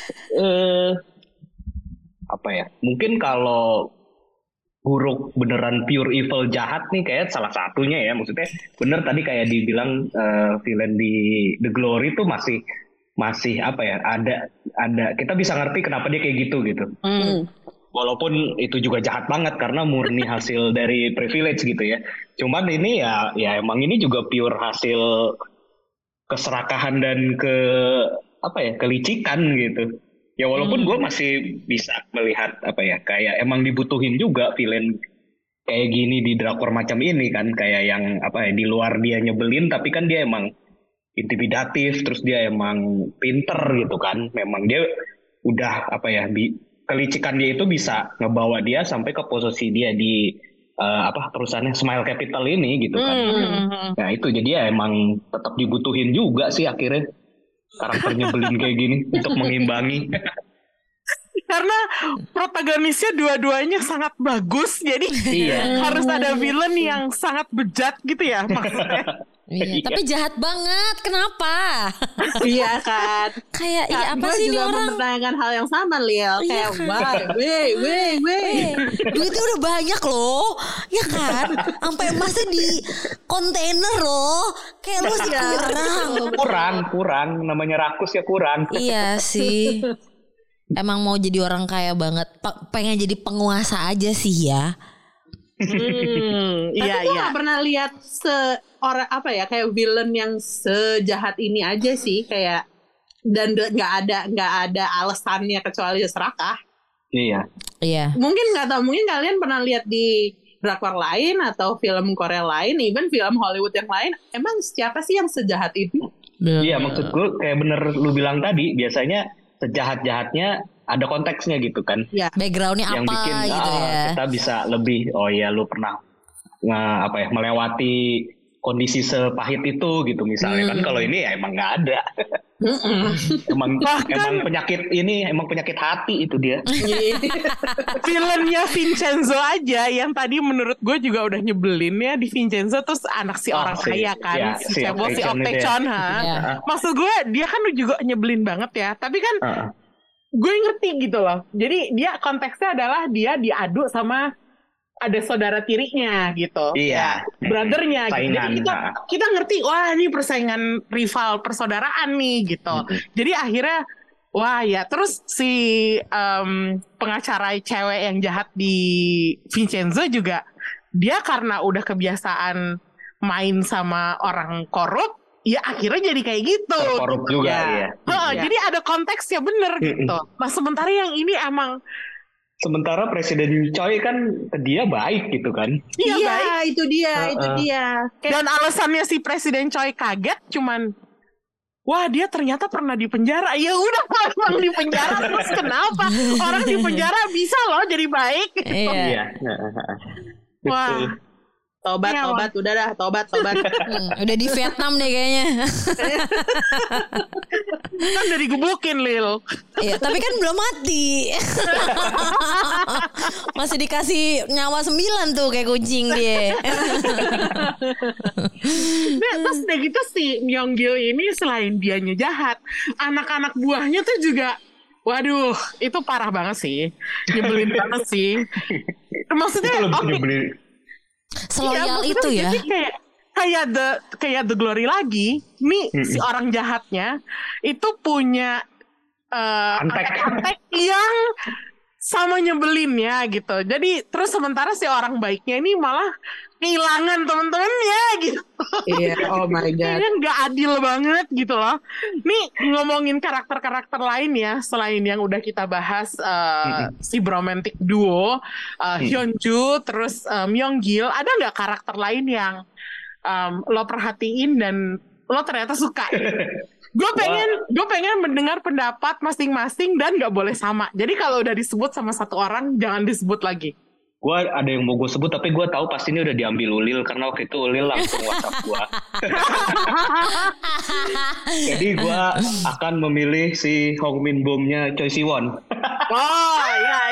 Apa ya, mungkin kalau buruk beneran pure evil jahat nih kayak salah satunya ya, maksudnya bener tadi kayak dibilang villain di The Glory tuh masih apa ya, ada kita bisa ngerti kenapa dia kayak gitu. Walaupun itu juga jahat banget karena murni hasil dari privilege gitu ya. Cuman ini ya emang ini juga pure hasil keserakahan dan kelicikan gitu. Ya walaupun gue masih bisa melihat apa ya, kayak emang dibutuhin juga villain kayak gini di drakor macam ini kan, kayak yang apa ya, di luar dia nyebelin tapi kan dia emang intimidatif, terus dia emang pinter gitu kan. Memang dia udah apa ya, kelicikan dia itu bisa ngebawa dia sampai ke posisi dia di perusahaannya Smile Capital ini gitu kan. Nah itu jadi ya emang tetap dibutuhin juga sih akhirnya karakter nyebelin kayak gini untuk mengimbangi. Karena protagonisnya dua-duanya sangat bagus, jadi harus ada villain yang sangat bejat gitu ya maksudnya. Iya, tapi jahat banget. Kenapa? Iya kan. Kayak apa sih ini orang? Gue juga mempertanyakan hal yang sama, Lil. Kayak weh. Duitnya udah banyak loh, ya kan? Sampai masih di kontainer loh. Kayak lu sih kurang. Namanya rakus ya kurang. Iya sih. Emang mau jadi orang kaya banget, pengen jadi penguasa aja sih ya. Tapi gue gak pernah lihat kayak villain yang sejahat ini aja sih, kayak dan nggak ada alasannya kecuali serakah. Iya. Mungkin nggak tahu, mungkin kalian pernah lihat di drakor lain atau film Korea lain, even film Hollywood yang lain, emang siapa sih yang sejahat itu? Iya, maksud gue kayak bener lu bilang tadi, biasanya sejahat-jahatnya ada konteksnya gitu kan. Ya. Backgroundnya yang apa bikin gitu ya. kita bisa lebih, oh ya lu pernah melewati kondisi sepahit itu gitu misalnya. Kan kalau ini ya emang nggak ada. emang penyakit hati itu dia. Filmnya Vincenzo aja yang tadi menurut gue juga udah nyebelin ya di Vincenzo, terus anak si orang kaya kan, si cebol si Ok Tae-chon. Maksud gue dia kan juga nyebelin banget ya, tapi kan gue ngerti gitu loh. Jadi dia konteksnya adalah dia diadu sama ada saudara tirinya gitu, iya, brothernya gitu. Jadi kita ngerti, wah ini persaingan rival persaudaraan nih gitu. Jadi akhirnya, wah ya, terus si pengacara cewek yang jahat di Vincenzo juga, dia karena udah kebiasaan main sama orang korup, ya akhirnya jadi kayak gitu. Korup juga, ya. Jadi ada konteksnya bener gitu. Nah sementara yang ini emang. Sementara Presiden Choi kan dia baik gitu kan. Iya, itu dia. Dan alasannya si Presiden Choi kaget cuman, wah dia ternyata pernah di penjara. Ya udah, orang di penjara terus kenapa? Orang di penjara bisa loh jadi baik. Iya. Wah. Tobat, udah dah, tobat. Udah di Vietnam deh kayaknya. Kan udah digebukin, Lil. Iya, tapi kan belum mati. Masih dikasih nyawa 9 tuh kayak kucing dia. Nah, terus udah gitu si Myung-gil ini selain dianya jahat, anak-anak buahnya tuh juga, waduh, itu parah banget sih. Nyebelin banget sih. Maksudnya nyebelin. Seloyal itu ya. Kayak The Glory lagi. Nih si orang jahatnya itu punya antek yang sama nyebelinnya gitu. Jadi terus sementara si orang baiknya ini malah kehilangan teman-temannya gitu. Iya, oh my god. Ini nggak adil banget gitu loh. Nih ngomongin karakter-karakter lain ya, selain yang udah kita bahas si bromantic duo Hyunju terus Myung-gil, ada nggak karakter lain yang lo perhatiin dan lo ternyata suka? Gue pengen mendengar pendapat masing-masing dan nggak boleh sama. Jadi kalau udah disebut sama satu orang jangan disebut lagi. Gue ada yang mau gue sebut tapi gue tahu pasti ini udah diambil Ulil karena waktu itu Ulil langsung WhatsApp gue. Jadi gue akan memilih si Hong Min Bom-nya Choi Siwon. Oh iya.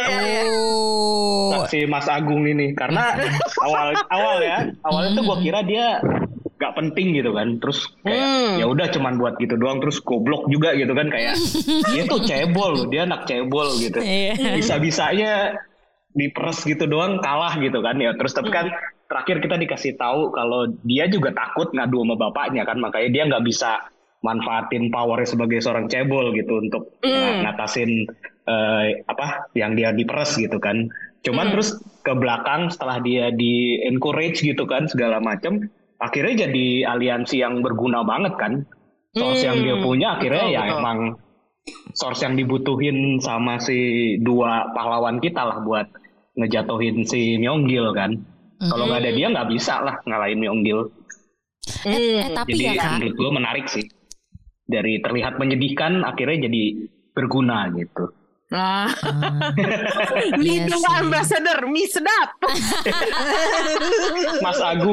Si Mas Agung ini karena awalnya tuh gue kira dia gak penting gitu kan, terus kayak ya udah cuman buat gitu doang, terus goblok juga gitu kan, kayak dia tuh cebol, dia anak cebol gitu, bisa-bisanya diperes gitu doang kalah gitu kan ya. Terus tapi kan terakhir kita dikasih tahu kalau dia juga takut ngadu sama bapaknya kan, makanya dia nggak bisa manfaatin powernya sebagai seorang cebol gitu untuk ngatasin yang dia diperes gitu kan. Cuman terus ke belakang setelah dia di encourage gitu kan segala macem, akhirnya jadi aliansi yang berguna banget kan. Source yang dia punya akhirnya betul. Emang source yang dibutuhin sama si dua pahlawan kita lah buat ngejatuhin si Myung-gil kan. Kalau nggak ada dia nggak bisa lah ngalahin Myung-gil. Tapi jadi ya Kak, menurut gue menarik sih. Dari terlihat menyedihkan akhirnya jadi berguna gitu. Ini dua ambassador mie sedap. Mas Agung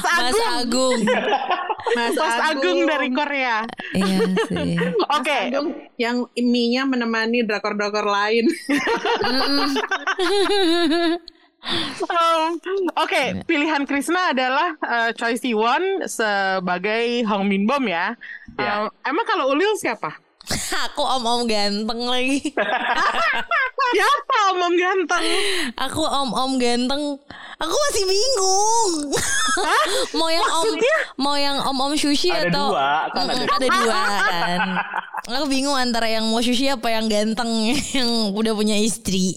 dari Korea. Iya sih. Oke. Yang mie-nya menemani drakor-drakor lain. Oke, pilihan Krisna adalah Choi Siwon sebagai Hong Min Bom ya. Emang kalau Ulil siapa? Aku om-om ganteng lagi. Siapa om-om ganteng? Aku om-om ganteng. Aku masih bingung. Mau yang om-om sushi ada atau ada dua kan. Aku bingung antara yang mau sushi apa yang ganteng yang udah punya istri.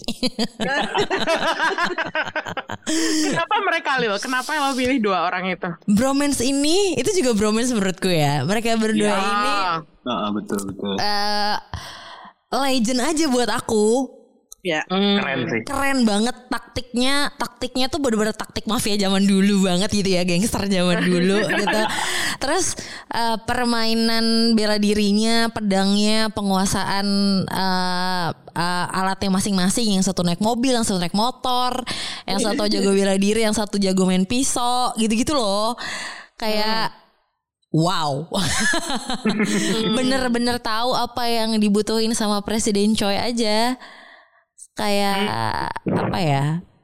Kenapa mereka Lil? Kenapa lo pilih dua orang itu? Bromance ini itu juga bromance menurutku ya. Mereka berdua ini betul. legend aja buat aku. Ya. Keren sih. Keren banget taktiknya tuh bener-bener taktik mafia zaman dulu banget gitu ya, gangster zaman dulu gitu. Terus permainan bela dirinya, pedangnya, penguasaan alatnya masing-masing, yang satu naik mobil, yang satu naik motor, yang satu jago bela diri, yang satu jago main pisau, gitu-gitu loh. Kayak wow. Bener-bener tahu apa yang dibutuhin sama Presiden Choi aja. Kayak apa ya,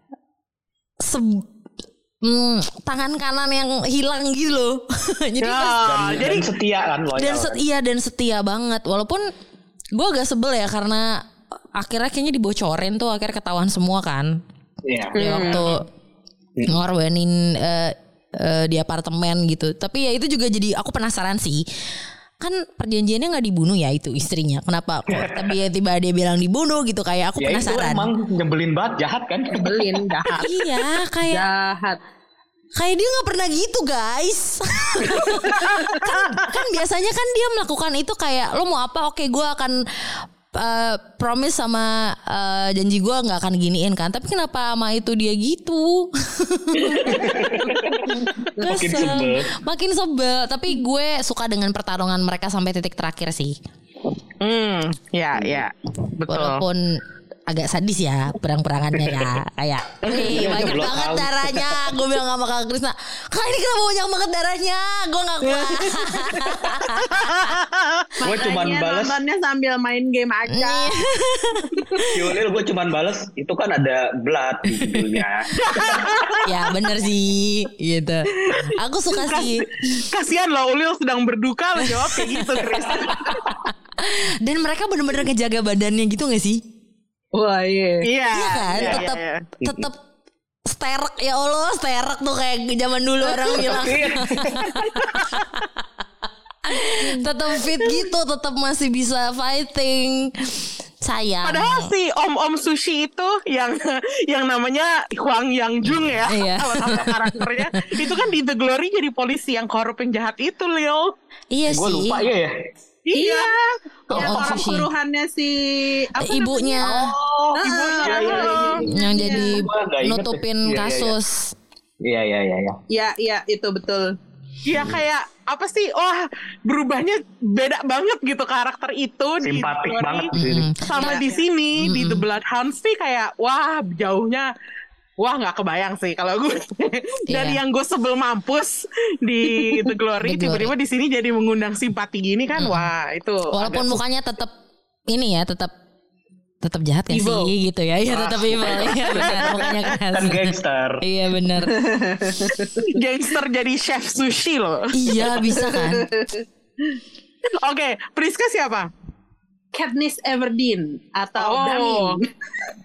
tangan kanan yang hilang gitu loh. Jadi dan setia kan, loyal. Dan setia banget. Walaupun gue agak sebel ya, karena akhirnya kayaknya dibocorin tuh, akhirnya ketahuan semua kan. Iya. Waktu ngorbanin di apartemen gitu. Tapi ya itu juga jadi aku penasaran sih. Kan perjanjiannya nggak dibunuh ya itu istrinya. Kenapa kok tiba-tiba dia bilang dibunuh gitu, kayak aku penasaran. Ya itu emang nyebelin banget, jahat kan? Nyebelin, jahat. Iya, kayak jahat. Kayak dia nggak pernah gitu guys. kan biasanya kan dia melakukan itu kayak, lo mau apa? Oke, gue akan promise sama janji gue nggak akan giniin kan. Tapi kenapa sama itu dia gitu? Makin sebel. Tapi gue suka dengan pertarungan mereka sampai titik terakhir sih. Ya betul. Walaupun agak sadis ya perang-perangannya ya. Kayak banyak banget darahnya. Gue bilang sama Kak Krisna, Kak ini kenapa banyak banget darahnya? Gue gak kuat. Gue cuman balas, nontonnya sambil main game aja. Yulil, gue cuman balas, itu kan ada blood di judulnya. Ya bener sih gitu. Aku suka sih. Kasian loh, Ulil sedang berduka lo jawab kayak gitu, Chris. Dan mereka bener-bener ngejaga badannya gitu gak sih? Wah iya kan, tetap sterek, ya Allah, sterek tuh kayak zaman dulu orang bilang. Tetap fit gitu, tetap masih bisa fighting. Sayang. Padahal si Om Sushi itu yang namanya Hwang Yang-jung ya, kalau nama karakternya itu kan di The Glory jadi polisi yang korup yang jahat itu, Leo. Iya sih. Gue lupa ya. Iya. Yang orang suruhannya si ibunya. Ibunya yang jadi nutupin kasus. Iya itu betul. Iya kayak apa sih? Wah, berubahnya beda banget gitu karakter itu. Simpatik di banget sama di sini di The Bloodhounds sih kayak wah jauhnya. Wah nggak kebayang sih kalau gue dari yang gue sebel mampus di The Glory tiba-tiba di sini jadi mengundang simpati gini kan. Wah itu walaupun mukanya tetap ini ya, tetap jahat ya sih gitu ya. Iya tetap evil. Iya benar, mukanya keras. Kan gangster. Iya benar. Gangster jadi chef sushi loh. Iya bisa kan. Oke, Priska siapa? Katniss Everdeen atau Damin.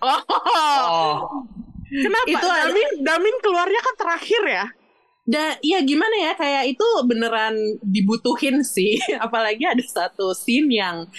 Kenapa? Itu Damin keluarnya kan terakhir ya. Ya gimana ya, kayak itu beneran dibutuhin sih. Apalagi ada satu scene yang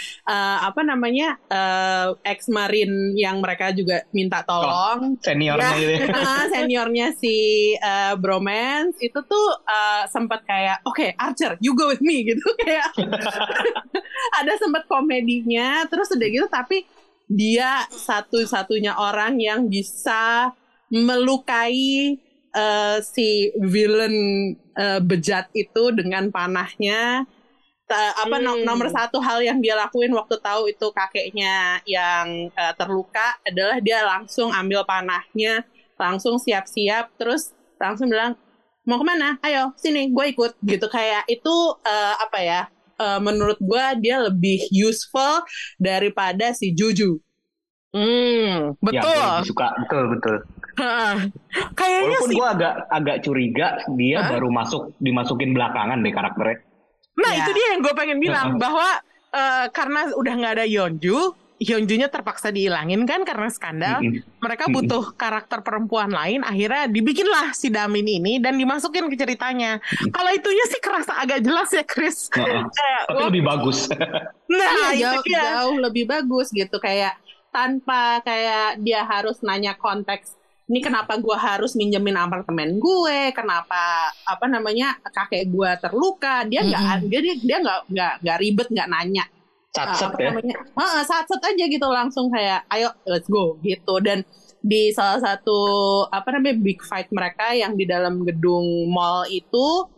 ex-marin yang mereka juga minta tolong. Seniornya gitu. Seniornya si bromance itu tuh sempat kayak oke, Archer you go with me gitu, kayak ada sempat komedinya. Terus udah gitu tapi dia satu-satunya orang yang bisa melukai si villain bejat itu dengan panahnya. Nomor satu hal yang dia lakuin waktu tahu itu kakeknya yang terluka adalah dia langsung ambil panahnya, langsung siap-siap, terus langsung bilang mau kemana? Ayo sini gue ikut gitu. Kayak itu menurut gue dia lebih useful daripada si Juju. Betul. Ya, suka betul. Kayaknya walaupun sih. gue agak curiga dia baru dimasukin belakangan deh karakternya. Nah itu dia yang gue pengen bilang bahwa karena udah nggak ada Hyunjunya terpaksa dihilangin kan karena skandal. Mereka butuh karakter perempuan lain. Akhirnya dibikinlah si Damin ini dan dimasukin ke ceritanya. Kalau itunya sih kerasa agak jelas ya Chris. Tapi lebih bagus. Nah jauh lebih bagus gitu, kayak tanpa kayak dia harus nanya konteks. Ini kenapa gue harus minjemin apartemen gue? Kenapa kakek gue terluka? Dia nggak ribet, nggak nanya. Satset ya. Satset aja gitu langsung kayak ayo let's go gitu. Dan di salah satu big fight mereka yang di dalam gedung mall itu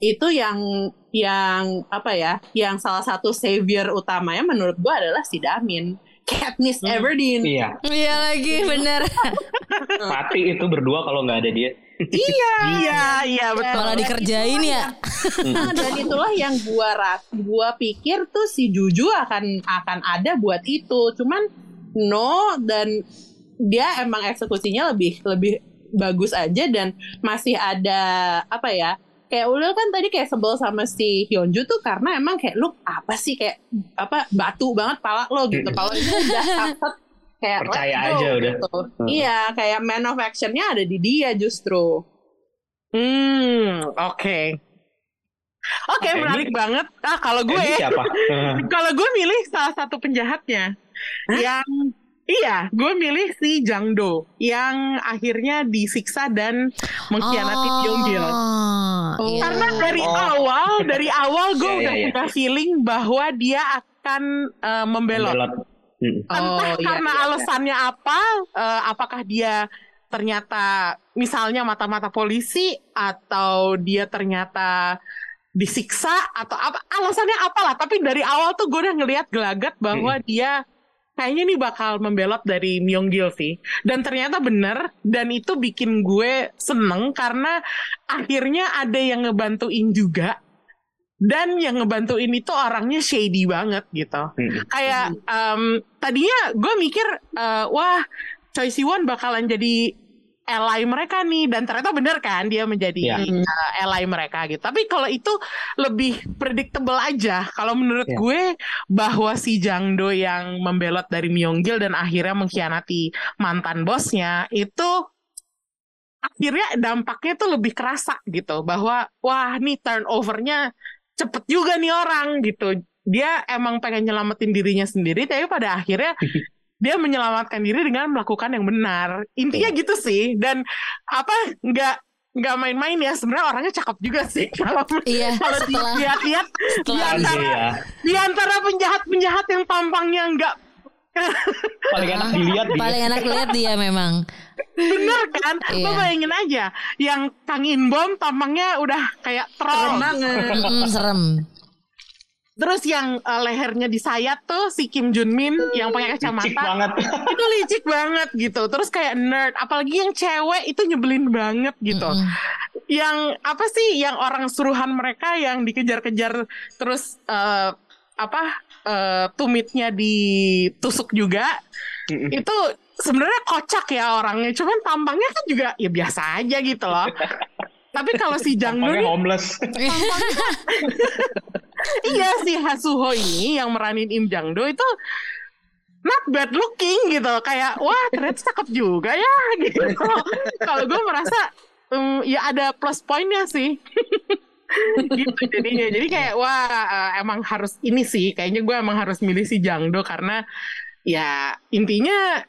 yang yang salah satu savior utamanya menurut gue adalah si Damin, Katniss Everdeen. Iya. Iya lagi bener. Mati itu berdua kalau nggak ada dia. Iya betul. Malah dikerjain ya. Dan itulah yang gua pikir tuh si Juju akan ada buat itu. Cuman no, dan dia emang eksekusinya lebih bagus aja. Dan masih ada kayak Ulil kan tadi kayak sebel sama si Hyunju tuh karena emang kayak lu apa sih kayak batu banget pala lo gitu. Kalau itu udah takut kayak percaya aja udah. Gitu. Iya, kayak man of action-nya ada di dia justru. Oke, menarik banget. Kalau gue siapa? Kalau gue milih salah satu penjahatnya. Gue milih si Jang-do yang akhirnya disiksa dan mengkhianati Pyongyang. Karena dari awal gue udah punya feeling bahwa dia akan membelot. Entah karena alasannya apa, apakah dia ternyata misalnya mata-mata polisi atau dia ternyata disiksa atau apa, alasannya apalah, tapi dari awal tuh gue udah ngelihat gelagat bahwa dia kayaknya nih bakal membelot dari Myung-gil sih. Dan ternyata bener, dan itu bikin gue seneng karena akhirnya ada yang ngebantuin juga. Dan yang ngebantuin itu orangnya shady banget gitu. Kayak tadinya gue mikir wah Choi Siwon bakalan jadi ally mereka nih, dan ternyata bener kan dia menjadi ally mereka gitu. Tapi kalau itu lebih predictable aja. Kalau menurut gue bahwa si Jang-do yang membelot dari Myung-gil dan akhirnya mengkhianati mantan bosnya itu akhirnya dampaknya tuh lebih kerasa gitu, bahwa wah nih turnovernya cepet juga nih orang gitu. Dia emang pengen nyelamatin dirinya sendiri, tapi pada akhirnya dia menyelamatkan diri dengan melakukan yang benar. Intinya gitu sih. Dan nggak main-main ya. Sebenarnya orangnya cakep juga sih. Kalau dilihat-lihat di antara penjahat-penjahat yang tampangnya nggak paling enak dilihat dia. Paling enak dilihat dia memang. Bener kan? Lo bayangin aja, yang Kang In-bom tampangnya udah kayak troll banget. Serem. Terus yang lehernya disayat tuh si Kim Jun Min yang pakai kacamata. Licik banget. Itu licik banget gitu. Terus kayak nerd, apalagi yang cewek itu nyebelin banget gitu. Yang apa sih, yang orang suruhan mereka yang dikejar-kejar terus tumitnya ditusuk juga. Itu sebenarnya kocak ya orangnya, cuman tampangnya kan juga ya biasa aja gitu loh. Tapi kalau si Jang-do nih homeless. Iya, si Hasuho ini yang meranin Im Jang-do itu not bad looking gitu. Kayak wah ternyata cakep juga ya gitu. Kalau gue merasa ya ada plus pointnya sih. Gitu jadinya. Jadi kayak wah emang harus ini sih. Kayaknya gue emang harus milih si Jang-do karena ya intinya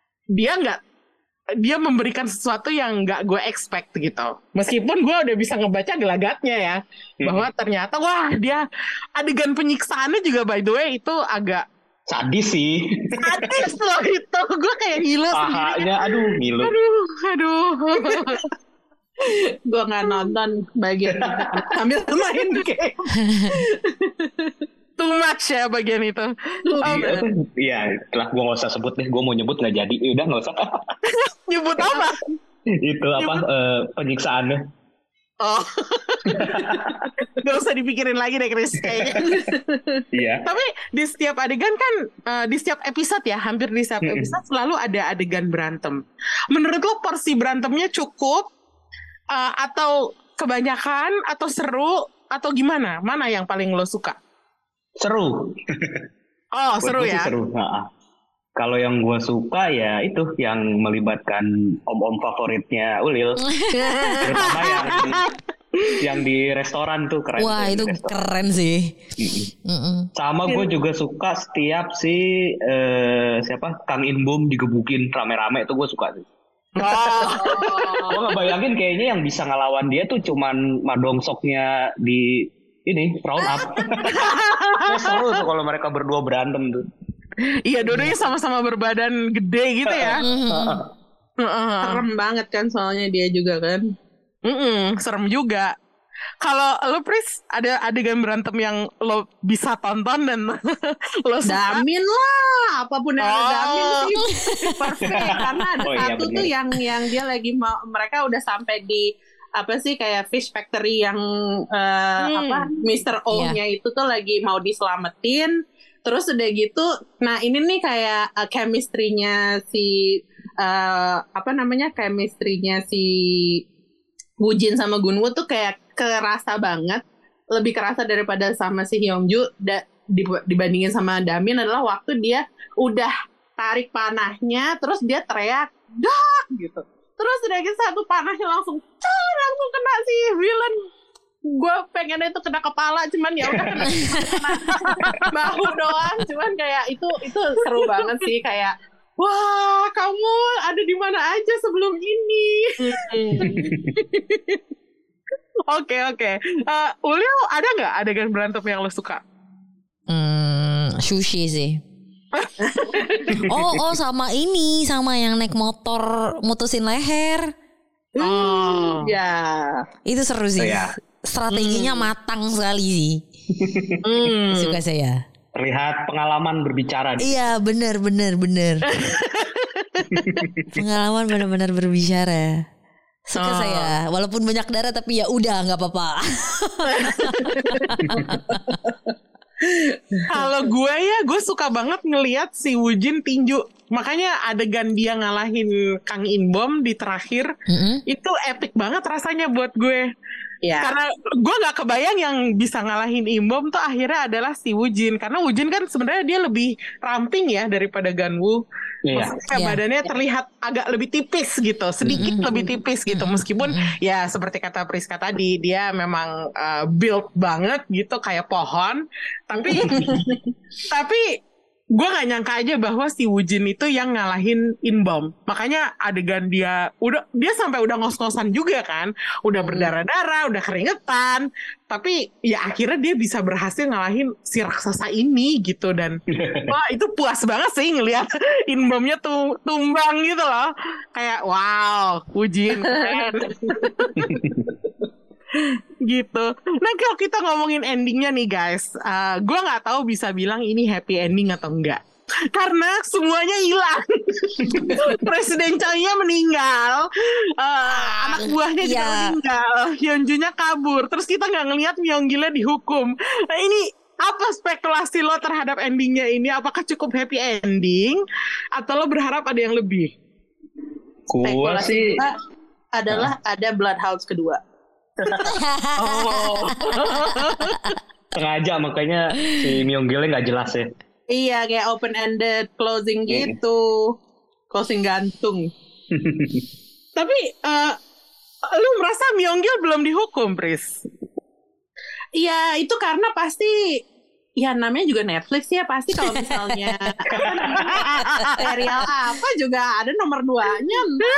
dia memberikan sesuatu yang nggak gue expect gitu. Meskipun gue udah bisa ngebaca gelagatnya ya, bahwa ternyata wah dia adegan penyiksaannya juga by the way itu agak sadis sih. Sadis loh itu, gue kayak ngilu sendiri. Aduh ngilu. Aduh. Gue nggak nonton bagian sambil main game. Too much ya bagian itu. Iya, setelah gue nggak usah sebut deh. Gue mau nyebut nggak jadi. Udah nggak usah. Nyebut apa? Itu apa penyiksaannya? Oh, nggak usah dipikirin lagi deh Chris kayaknya. Iya. Tapi di setiap adegan kan, di setiap episode ya, hampir di setiap episode selalu ada adegan berantem. Menurut lo porsi berantemnya cukup atau kebanyakan atau seru atau gimana? Mana yang paling lo suka? Seru. Oh, seru ya. Seru. Nah, kalau yang gue suka ya itu yang melibatkan om-om favoritnya Ulil. Terutama yang di restoran tuh keren. Wah, itu keren sih. Sama gue juga suka setiap siapa Kang In-bom digebukin rame-rame, itu gue suka sih. Gue ngebayangin kayaknya yang bisa ngelawan dia tuh cuman Madongsoknya di ini round up. Seru tuh kalau mereka berdua berantem tuh. Iya, dua-duanya sama-sama berbadan gede gitu ya. Serem banget kan soalnya dia juga kan. Serem juga. Kalau lo Pris ada adegan berantem yang lo bisa tonton dan lo suka? Damin lah, apapun yang ada Damin sih perfect. Karena ada satu tuh yang dia lagi mereka udah sampai di apa sih kayak fish factory yang apa Mr. O-nya itu tuh lagi mau diselamatin. Terus udah gitu, nah ini nih kayak chemistry-nya si chemistry-nya si Woojin sama Gunwoo tuh kayak kerasa banget, lebih kerasa daripada sama si Hyungju dibandingin sama Damin adalah waktu dia udah tarik panahnya, terus dia teriak dak gitu, terus udah gitu satu panahnya langsung kena si villain. Gue pengennya itu kena kepala, cuman ya udah kena bahu doang, cuman kayak itu seru banget sih, kayak wah kamu ada di mana aja sebelum ini. Oke. Ulil ada nggak adegan berantem yang lo suka? Sushi sih. sama yang naik motor mutusin leher. Ya. Itu seru sih. Ya. Strateginya matang sekali sih. Suka saya. Terlihat pengalaman berbicara. Iya, benar. Pengalaman benar-benar berbicara. Suka saya, walaupun banyak darah tapi ya udah nggak apa-apa. Kalau gue suka banget ngelihat si Woojin tinju. Makanya adegan dia ngalahin Kang Inbom di terakhir itu epic banget rasanya buat gue. Ya. Karena gue nggak kebayang yang bisa ngalahin Inbom tuh akhirnya adalah si Woojin. Karena Woojin kan sebenarnya dia lebih ramping ya daripada Gunwoo. Maksudnya badannya terlihat agak lebih tipis gitu, sedikit lebih tipis gitu. Meskipun ya seperti kata Priska tadi, dia memang build banget gitu kayak pohon. Tapi gue gak nyangka aja bahwa si Woojin itu yang ngalahin Inbom. Makanya adegan dia sampai udah ngos-ngosan juga kan, udah berdarah-darah, udah keringetan, tapi ya akhirnya dia bisa berhasil ngalahin si raksasa ini gitu. Dan wah itu puas banget sih ngelihat Inbomnya tumbang gitu loh, kayak wow Woojin keren. Gitu. Nah kalau kita ngomongin endingnya nih guys, gue nggak tahu bisa bilang ini happy ending atau enggak, karena semuanya hilang. Presiden Choi-nya meninggal, anak buahnya juga meninggal, Hyunju-nya kabur, terus kita nggak ngelihat Myeonggil-nya dihukum. Nah ini apa spekulasi lo terhadap endingnya ini? Apakah cukup happy ending atau lo berharap ada yang lebih? Spekulasi kita adalah ada Bloodhounds kedua. Sengaja makanya si Myeonggil-nya nggak jelas ya. Iya, kayak open ended closing gitu, closing gantung. Tapi lu merasa Myeonggil belum dihukum, Pris? Iya, itu karena pasti ya namanya juga Netflix ya, pasti kalau misalnya serial apa juga ada nomor 2-nya.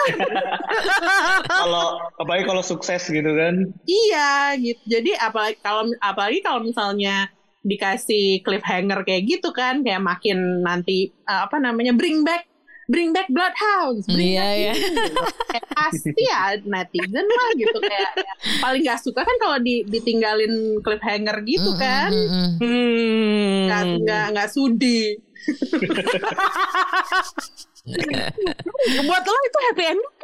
Apalagi kalau sukses gitu kan. Iya gitu. Jadi apalagi kalau misalnya dikasih cliffhanger kayak gitu kan, kayak makin nanti bring back Bloodhounds, kayak pasti ya netizen lah gitu, kayak paling nggak suka kan kalau ditinggalin cliffhanger gitu kan, nggak sudi. Buat lo itu happy ending?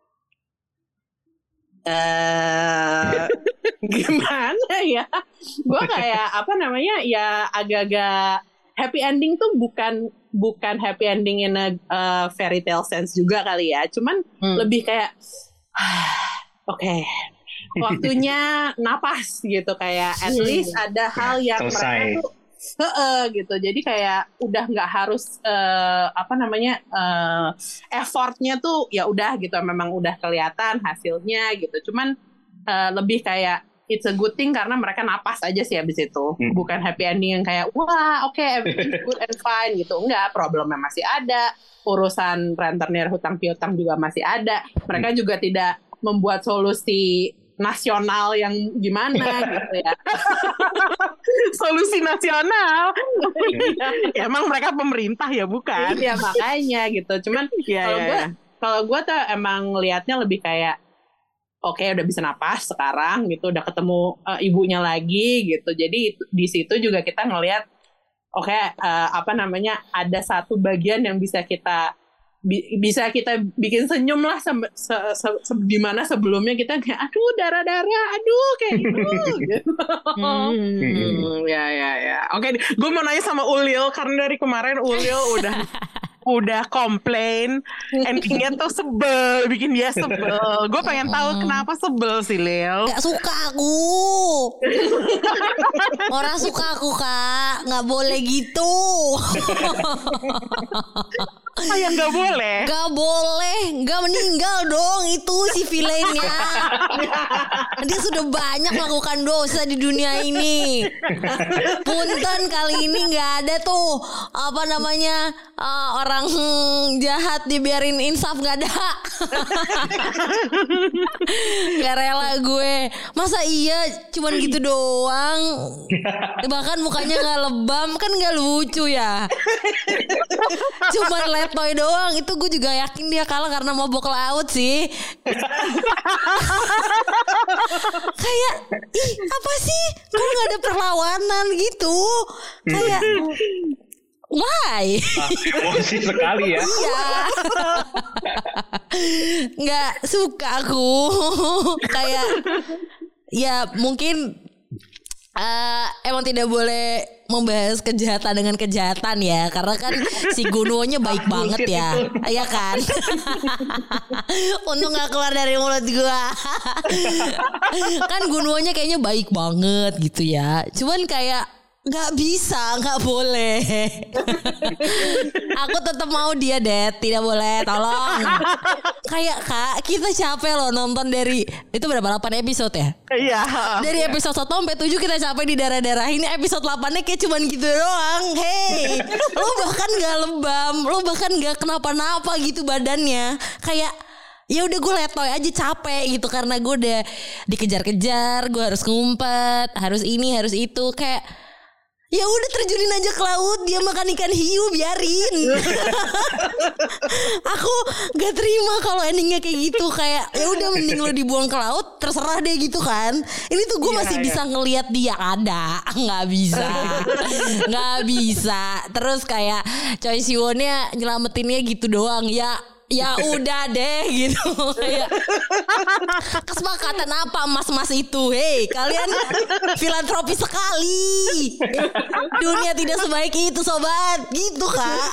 Gimana ya? Gue kayak ya agak-agak happy ending tuh bukan happy ending in a fairy tale sense juga kali ya. Cuman lebih kayak oke, waktunya napas gitu, kayak at least ada hal yang selesai. Mereka tuh gitu. Jadi kayak udah nggak harus effortnya tuh ya udah gitu, memang udah kelihatan hasilnya gitu. Cuman lebih kayak it's a good thing karena mereka napas aja sih abis itu. Bukan happy ending yang kayak wah oke, everything's good and fine gitu. Enggak, problemnya masih ada, urusan rentenir hutang piutang juga masih ada. Mereka juga tidak membuat solusi nasional yang gimana gitu ya. Solusi nasional. Ya, emang mereka pemerintah ya bukan? Iya makanya gitu. Cuman kalau gue tuh emang lihatnya lebih kayak oke, udah bisa napas sekarang gitu, udah ketemu ibunya lagi gitu. Jadi di situ juga kita ngelihat ada satu bagian yang bisa kita bikin senyum lah di mana sebelumnya kita kayak aduh darah kayak gitu. Ya. Oke, gue mau nanya sama Ulil karena dari kemarin Ulil udah komplain, endingnya tuh sebel, bikin dia sebel. Gue pengen tahu kenapa sebel sih, Lil. Gak suka aku. Orang suka aku, Kak. Gak boleh gitu. Yang gak boleh? Gak boleh. Gak meninggal dong itu si villainnya. Dia sudah banyak melakukan dosa di dunia ini. Punten kali ini gak ada tuh orang jahat dibiarin insaf, gak ada. Gak rela gue. Masa iya cuman gitu doang. Bahkan mukanya gak lebam, kan gak lucu ya. Cuman letoy doang. Itu gue juga yakin dia kalah karena mabok laut sih. Kayak apa sih, kok gak ada perlawanan gitu. Kayak why? Emosi sekali ya. Iya. Nggak suka aku. Kayak ya mungkin emang tidak boleh membahas kejahatan dengan kejahatan ya, karena kan si Gunwonya baik banget ya. Iya kan. Untung nggak keluar dari mulut gua. Kan Gunwonya kayaknya baik banget gitu ya. Cuman kayak nggak bisa, nggak boleh. Aku tetap mau dia tidak boleh, tolong. Kayak Kak, kita capek loh nonton dari itu berapa 8 episode ya? Iya. Dari episode 1 sampai 7 kita capek di darah-darah. Ini episode 8-nya kayak cuman gitu doang. Hey, lo bahkan nggak lebam, lo bahkan nggak kenapa-napa gitu badannya. Kayak ya udah gue letoy aja, capek gitu karena gue udah dikejar-kejar, gue harus ngumpet, harus ini, harus itu, kayak ya udah terjunin aja ke laut, dia makan ikan hiu, biarin. Aku gak terima kalau endingnya kayak gitu. Kayak ya udah mending lo dibuang ke laut, terserah deh gitu kan. Ini tuh gue masih bisa ngelihat dia ada. Nggak bisa. Terus kayak Choi Siwonnya nyelamatinnya gitu doang. Ya udah deh gitu. Kesepakatan apa mas-mas itu? Hei, kalian filantropi sekali. Dunia tidak sebaik itu sobat. Gitu Kak.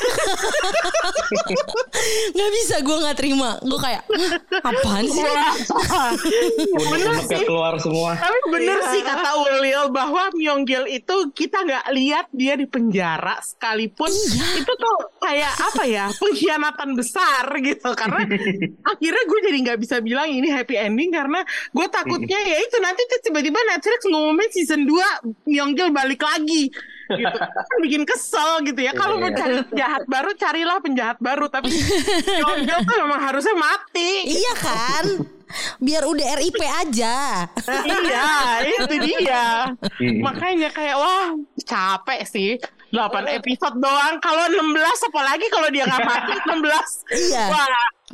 Gak bisa, gue gak terima. Gue kayak apaan sih? Bener sih, keluar semua. Tapi bener sih kata Ulil bahwa Myung-gil itu kita gak lihat dia di penjara sekalipun. Itu tuh kayak apa ya, pengkhianatan besar gitu. Karena akhirnya gue jadi gak bisa bilang ini happy ending, karena gue takutnya ya itu nanti tiba-tiba Netflix ngumumin season 2 Myung-gil balik lagi gitu. Kan bikin kesel gitu ya. Kalau mau cari penjahat baru, carilah penjahat baru. Tapi Myung-gil tuh memang harusnya mati. Iya kan? Biar udah RIP aja. Iya, itu dia. Makanya kayak wah capek sih. 8 episode doang. Kalau 16 apalagi kalau dia gak mati 16. Iya. Wah,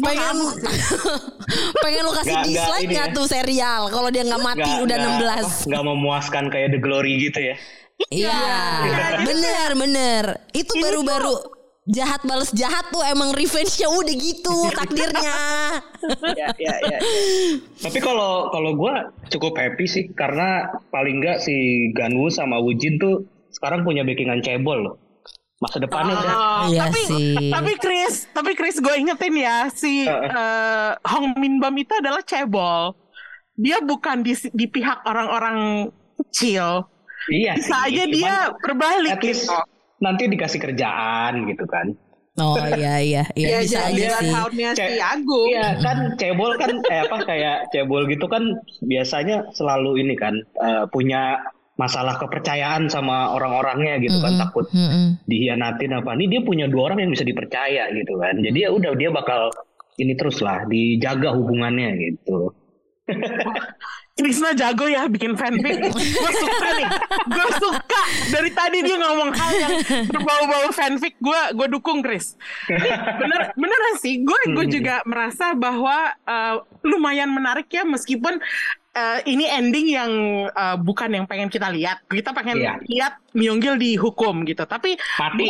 pengen lu kasih dislike gak tuh serial kalau dia gak mati udah 16. Gak memuaskan kayak The Glory gitu ya. Iya. Bener. Itu baru-baru jahat balas jahat tuh emang revenge-nya udah gitu takdirnya. Ya. Tapi kalau gue cukup happy sih, karena paling nggak si Ganwoo sama Woojin tuh sekarang punya backingan cebol loh. Masa depannya Iya sih. Tapi Chris gue ingetin ya, si Hong Min Bam itu adalah cebol. Dia bukan di pihak orang-orang kecil. Iya. Bisa aja dia berbalik gitu. Nanti dikasih kerjaan gitu kan. Oh iya bisa aja sih. Si Agung. Iya kan, cebol kan kayak cebol gitu kan biasanya selalu ini kan punya masalah kepercayaan sama orang-orangnya gitu kan, takut dihianatin apa. Ini dia punya 2 orang yang bisa dipercaya gitu kan. Jadi ya udah dia bakal ini terus lah dijaga hubungannya gitu. Krisna jago ya bikin fanfic. Gue suka nih. Gue suka. Dari tadi dia ngomong hal yang berbau-bau fanfic. Gue dukung Chris. Beneran sih. Gue juga merasa bahwa lumayan menarik ya. Meskipun ini ending yang bukan yang pengen kita lihat. Kita pengen lihat Myung-gil dihukum gitu. Tapi mati.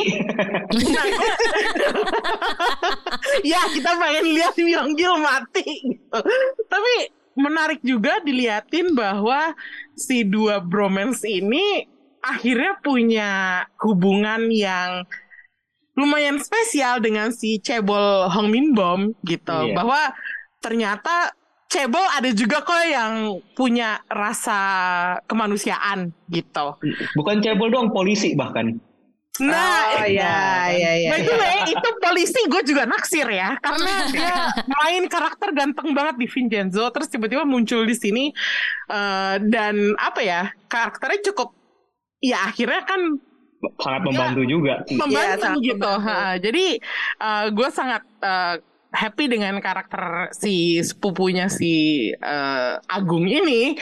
Ya kita pengen lihat Myung-gil mati gitu. Tapi menarik juga diliatin bahwa si dua bromance ini akhirnya punya hubungan yang lumayan spesial dengan si cebol Hong Min Bom gitu. Bahwa ternyata cebol ada juga kok yang punya rasa kemanusiaan gitu. Bukan cebol doang, polisi bahkan. Nah, By the way, itu polisi gue juga naksir ya, karena dia main karakter ganteng banget di Vincenzo, terus tiba-tiba muncul di sini dan apa ya, karakternya cukup, ya akhirnya kan sangat membantu juga. Membantu gitu. Jadi gue sangat happy dengan karakter si sepupunya si Agung ini.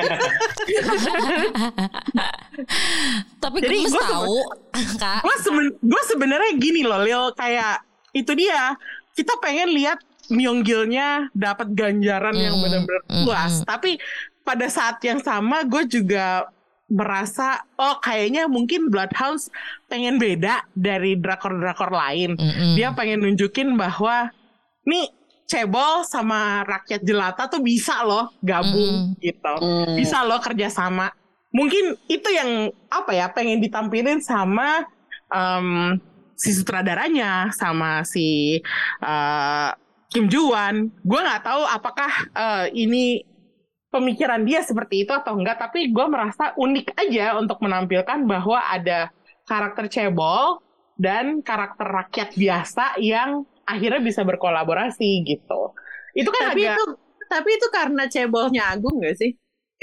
Tapi gue tahu, Kak. Gue sebenarnya gini loh, Lil, kayak itu dia. Kita pengen lihat Myung-gilnya dapat ganjaran yang benar-benar puas. Tapi pada saat yang sama gue juga merasa kayaknya mungkin Bloodhounds pengen beda dari drakor-drakor lain. Dia pengen nunjukin bahwa nih cebol sama rakyat jelata tuh bisa loh gabung gitu. Bisa loh kerjasama. Mungkin itu yang apa ya pengen ditampilin sama si sutradaranya, sama si Kim Joo-wan. Gue nggak tahu apakah ini pemikiran dia seperti itu atau enggak, tapi gue merasa unik aja untuk menampilkan bahwa ada karakter cebol dan karakter rakyat biasa yang akhirnya bisa berkolaborasi gitu. Itu kan tapi itu karena cebolnya Agung gak sih?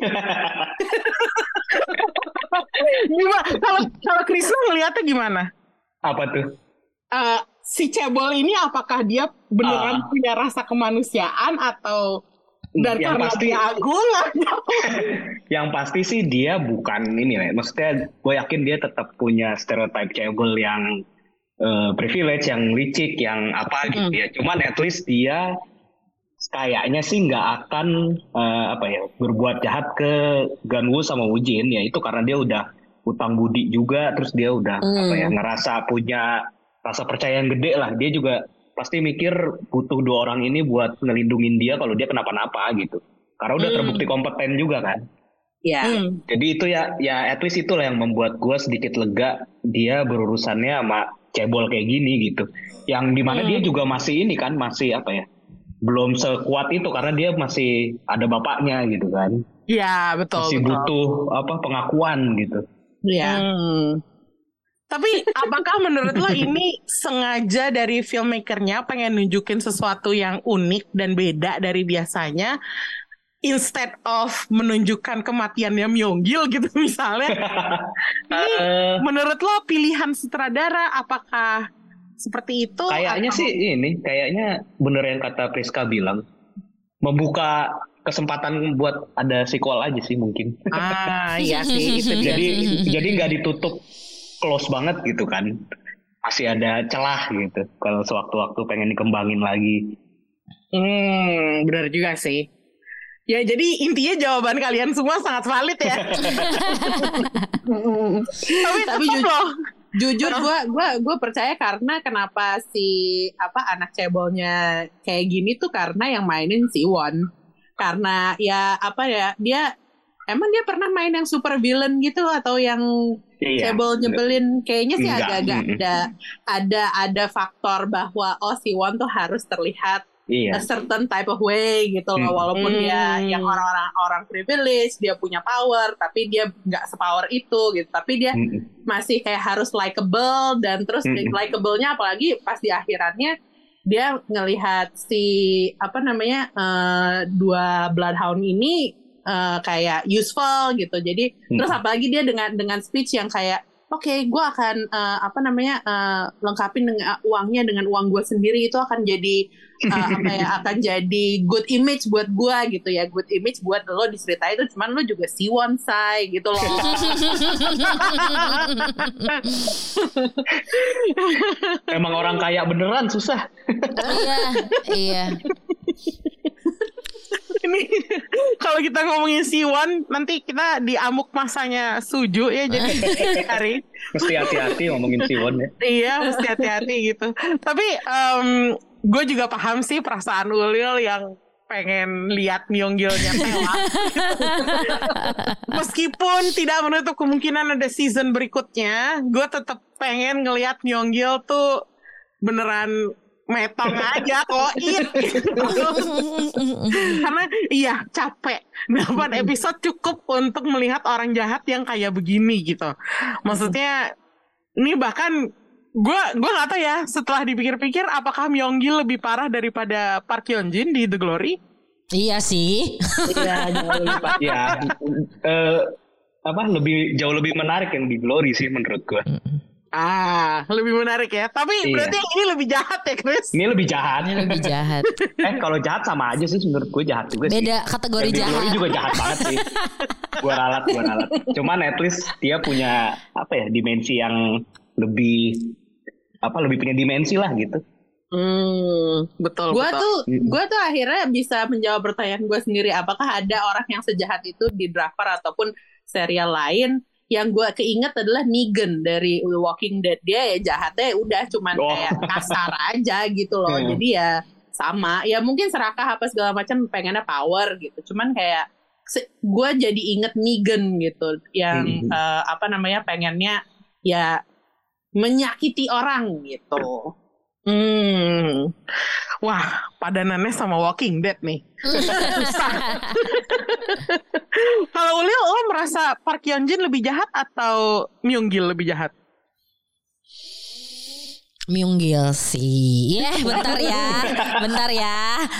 Gimana? Kalau Krisna ngeliatnya gimana? Apa tuh? Si cebol ini apakah dia beneran punya rasa kemanusiaan atau dan yang karena pasti dia Agung atau? Yang pasti sih dia bukan ini lah. Maksudnya gue yakin dia tetap punya stereotype cebol yang privilege, yang licik, yang apa gitu ya. Cuman at least dia kayaknya sih nggak akan berbuat jahat ke Ganwoo sama Woojin ya, itu karena dia udah utang budi juga, terus dia udah ngerasa punya rasa percaya yang gede lah. Dia juga pasti mikir butuh dua orang ini buat ngelindungin dia kalau dia kenapa-napa gitu, karena udah terbukti kompeten juga kan. Jadi itu ya at least itulah yang membuat gue sedikit lega dia berurusannya sama cebol kayak gini gitu, yang dimana dia juga masih ini kan, masih belum sekuat itu karena dia masih ada bapaknya gitu kan. Iya betul. Masih butuh pengakuan gitu. Iya. Tapi apakah menurut lo ini sengaja dari filmmakernya pengen nunjukin sesuatu yang unik dan beda dari biasanya, instead of menunjukkan kematiannya Myung-gil gitu misalnya? Ini menurut lo pilihan sutradara apakah seperti itu? Kayaknya sih ini, kayaknya bener yang kata Priska bilang, membuka kesempatan buat ada sequel aja sih mungkin. Iya sih. Itu jadi nggak ditutup close banget gitu kan, masih ada celah gitu kalau sewaktu-waktu pengen dikembangin lagi. Benar juga sih. Ya jadi intinya jawaban kalian semua sangat valid ya. tapi jujur gue percaya, karena kenapa si anak cebolnya kayak gini tuh karena yang mainin si Won. Karena dia emang dia pernah main yang super villain gitu atau yang cebol nyebelin? Kayaknya sih agak-agak ada faktor bahwa si Won tuh harus terlihat a certain type of way gitu loh, walaupun dia yang orang privilege, dia punya power, tapi dia nggak sepower itu gitu, tapi dia masih kayak harus likable, dan terus likable-nya apalagi pas di akhirannya dia ngelihat si dua Bloodhound ini kayak useful gitu. Jadi terus apalagi dia dengan speech yang kayak oke, gue akan lengkapin dengan uangnya dengan uang gue sendiri, itu akan jadi akan jadi good image buat gue gitu ya, good image buat lo diceritain itu, cuman lo juga siwon say gitu loh. Emang orang kaya beneran susah. Iya. Ini kalau kita ngomongin Siwon, nanti kita di amuk masanya Suju ya, jadi hari. Mesti hati-hati ngomongin Siwon ya. Iya, mesti hati-hati gitu. Tapi gue juga paham sih perasaan Ulil yang pengen lihat Myeonggil-nya tewas. Meskipun tidak menutup kemungkinan ada season berikutnya, gue tetap pengen ngelihat Myeonggil tuh beneran metong aja koit karena iya capek 8 episode cukup untuk melihat orang jahat yang kayak begini gitu. Maksudnya ini bahkan gue nggak tahu ya, setelah dipikir-pikir apakah Myeonggil lebih parah daripada Park Hyun-jin di The Glory? Iya sih. Iya, jauh lebih parah. Ya, jauh lebih menarik yang di Glory sih menurut gue. Lebih menarik ya. Tapi berarti yang ini lebih jahat ya, Chris? Ini lebih jahat. Kalau jahat sama aja sih menurut gue, jahat juga sih. Beda kategori jahat. Glory juga jahat banget sih. Gue ralat. Cuman at least dia punya dimensi yang lebih punya dimensi lah gitu. Betul. Gue tuh akhirnya bisa menjawab pertanyaan gue sendiri, apakah ada orang yang sejahat itu di Drakor ataupun serial lain. Yang gue keinget adalah Negan dari The Walking Dead. Dia ya jahatnya udah cuman kayak kasar aja gitu loh. Jadi ya sama. Ya mungkin serakah apa segala macam, pengennya power gitu. Cuman kayak gue jadi inget Negan gitu. Yang pengennya ya menyakiti orang gitu. Wah, padanannya sama Walking Dead nih. Kalau Ulil, lo merasa Park Hyun-jin lebih jahat atau Myeonggil lebih jahat? Myeonggil sih. Bentar ya.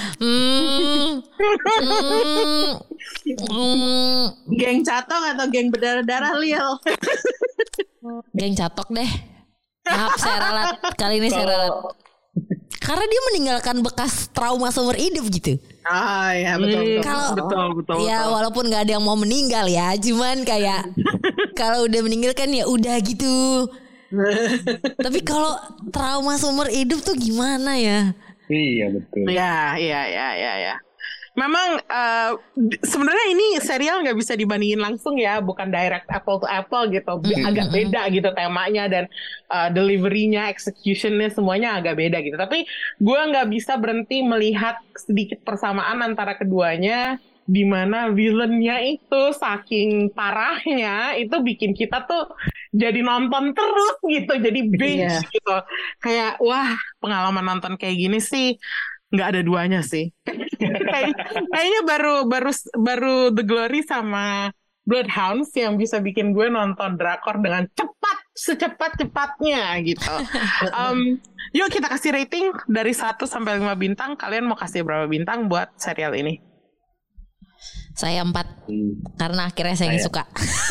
Geng Catong atau geng berdarah-darah, Lil? Geng Catok deh. Maaf, saya ralat. Kali ini saya ralat. Karena dia meninggalkan bekas trauma seumur hidup gitu. Ya betul. Betul. Ya walaupun nggak ada yang mau meninggal ya, cuman kayak kalau udah meninggal kan ya udah gitu. Tapi kalau trauma seumur hidup tuh gimana ya? Iya betul. Ya. Memang sebenarnya ini serial nggak bisa dibandingin langsung ya, bukan direct apple to apple gitu, agak beda gitu temanya dan deliverynya, executionnya semuanya agak beda gitu. Tapi gue nggak bisa berhenti melihat sedikit persamaan antara keduanya, di mana villainnya itu saking parahnya itu bikin kita tuh jadi nonton terus gitu, jadi binge gitu. Kayak wah, pengalaman nonton kayak gini sih nggak ada duanya sih. Kayaknya baru The Glory sama Bloodhounds yang bisa bikin gue nonton drakor dengan secepat-cepatnya gitu. Yuk kita kasih rating dari 1 sampai 5 bintang. Kalian mau kasih berapa bintang buat serial ini? Saya 4 karena akhirnya saya suka.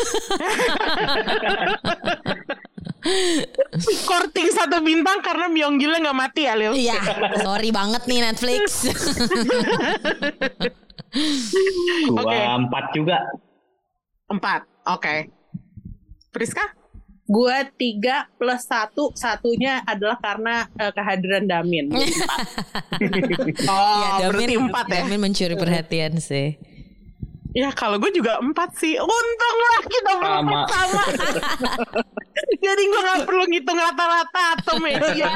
Korting 1 bintang karena Myeonggil-nya nggak mati ya, Lil? Iya, sorry banget nih Netflix. Gua 4 juga. 4, oke. Priska? Gue 3 plus 1, satunya adalah karena kehadiran Damin. Ya, berarti 4 ya? Damin mencuri perhatian sih. Ya kalau gue juga 4 sih. Untunglah kita sama. Jadi gue gak perlu ngitung rata-rata atau media.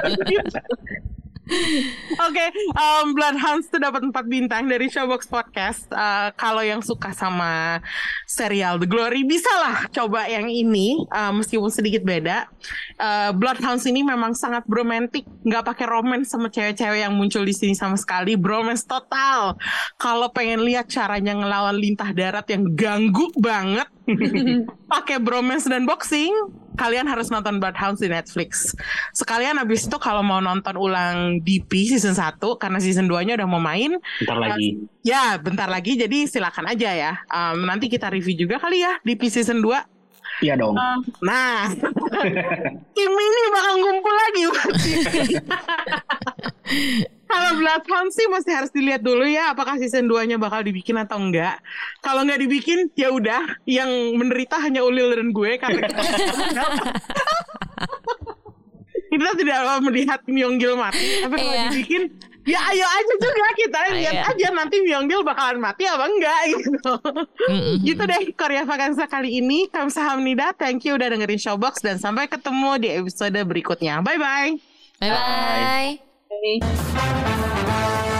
Oke, Bloodhounds tuh dapat 4 bintang dari Showbox Podcast. Kalau yang suka sama serial The Glory, bisalah coba yang ini, meskipun sedikit beda. Bloodhounds ini memang sangat bromantik, nggak pakai romance sama cewek-cewek yang muncul di sini sama sekali. Bromance total. Kalau pengen lihat caranya ngelawan lintah darat yang ganggu banget, pakai bromance dan boxing, kalian harus nonton Bloodhounds di Netflix. Sekalian abis itu kalau mau nonton ulang DP season 1, karena season 2-nya udah mau main. Bentar lagi. Ya, bentar lagi, jadi silakan aja ya. Nanti kita review juga kali ya DP season 2. Iya dong. Nah, tim ini bakal ngumpul lagi. Kalau Bloodhound sih masih harus dilihat dulu ya, apakah season 2-nya bakal dibikin atau enggak. Kalau nggak dibikin, ya udah, yang menderita hanya Ulil dan gue karena kita tidak melihat Myonggil mati. Tapi kalau dibikin, ya ayo aja juga kita lihat aja nanti Myonggil bakalan mati apa enggak gitu. Gitu deh Korea Vaganza kali ini. Kamsahamnida, thank you udah dengerin Showbox dan sampai ketemu di episode berikutnya. Bye bye. Bye bye. Bye.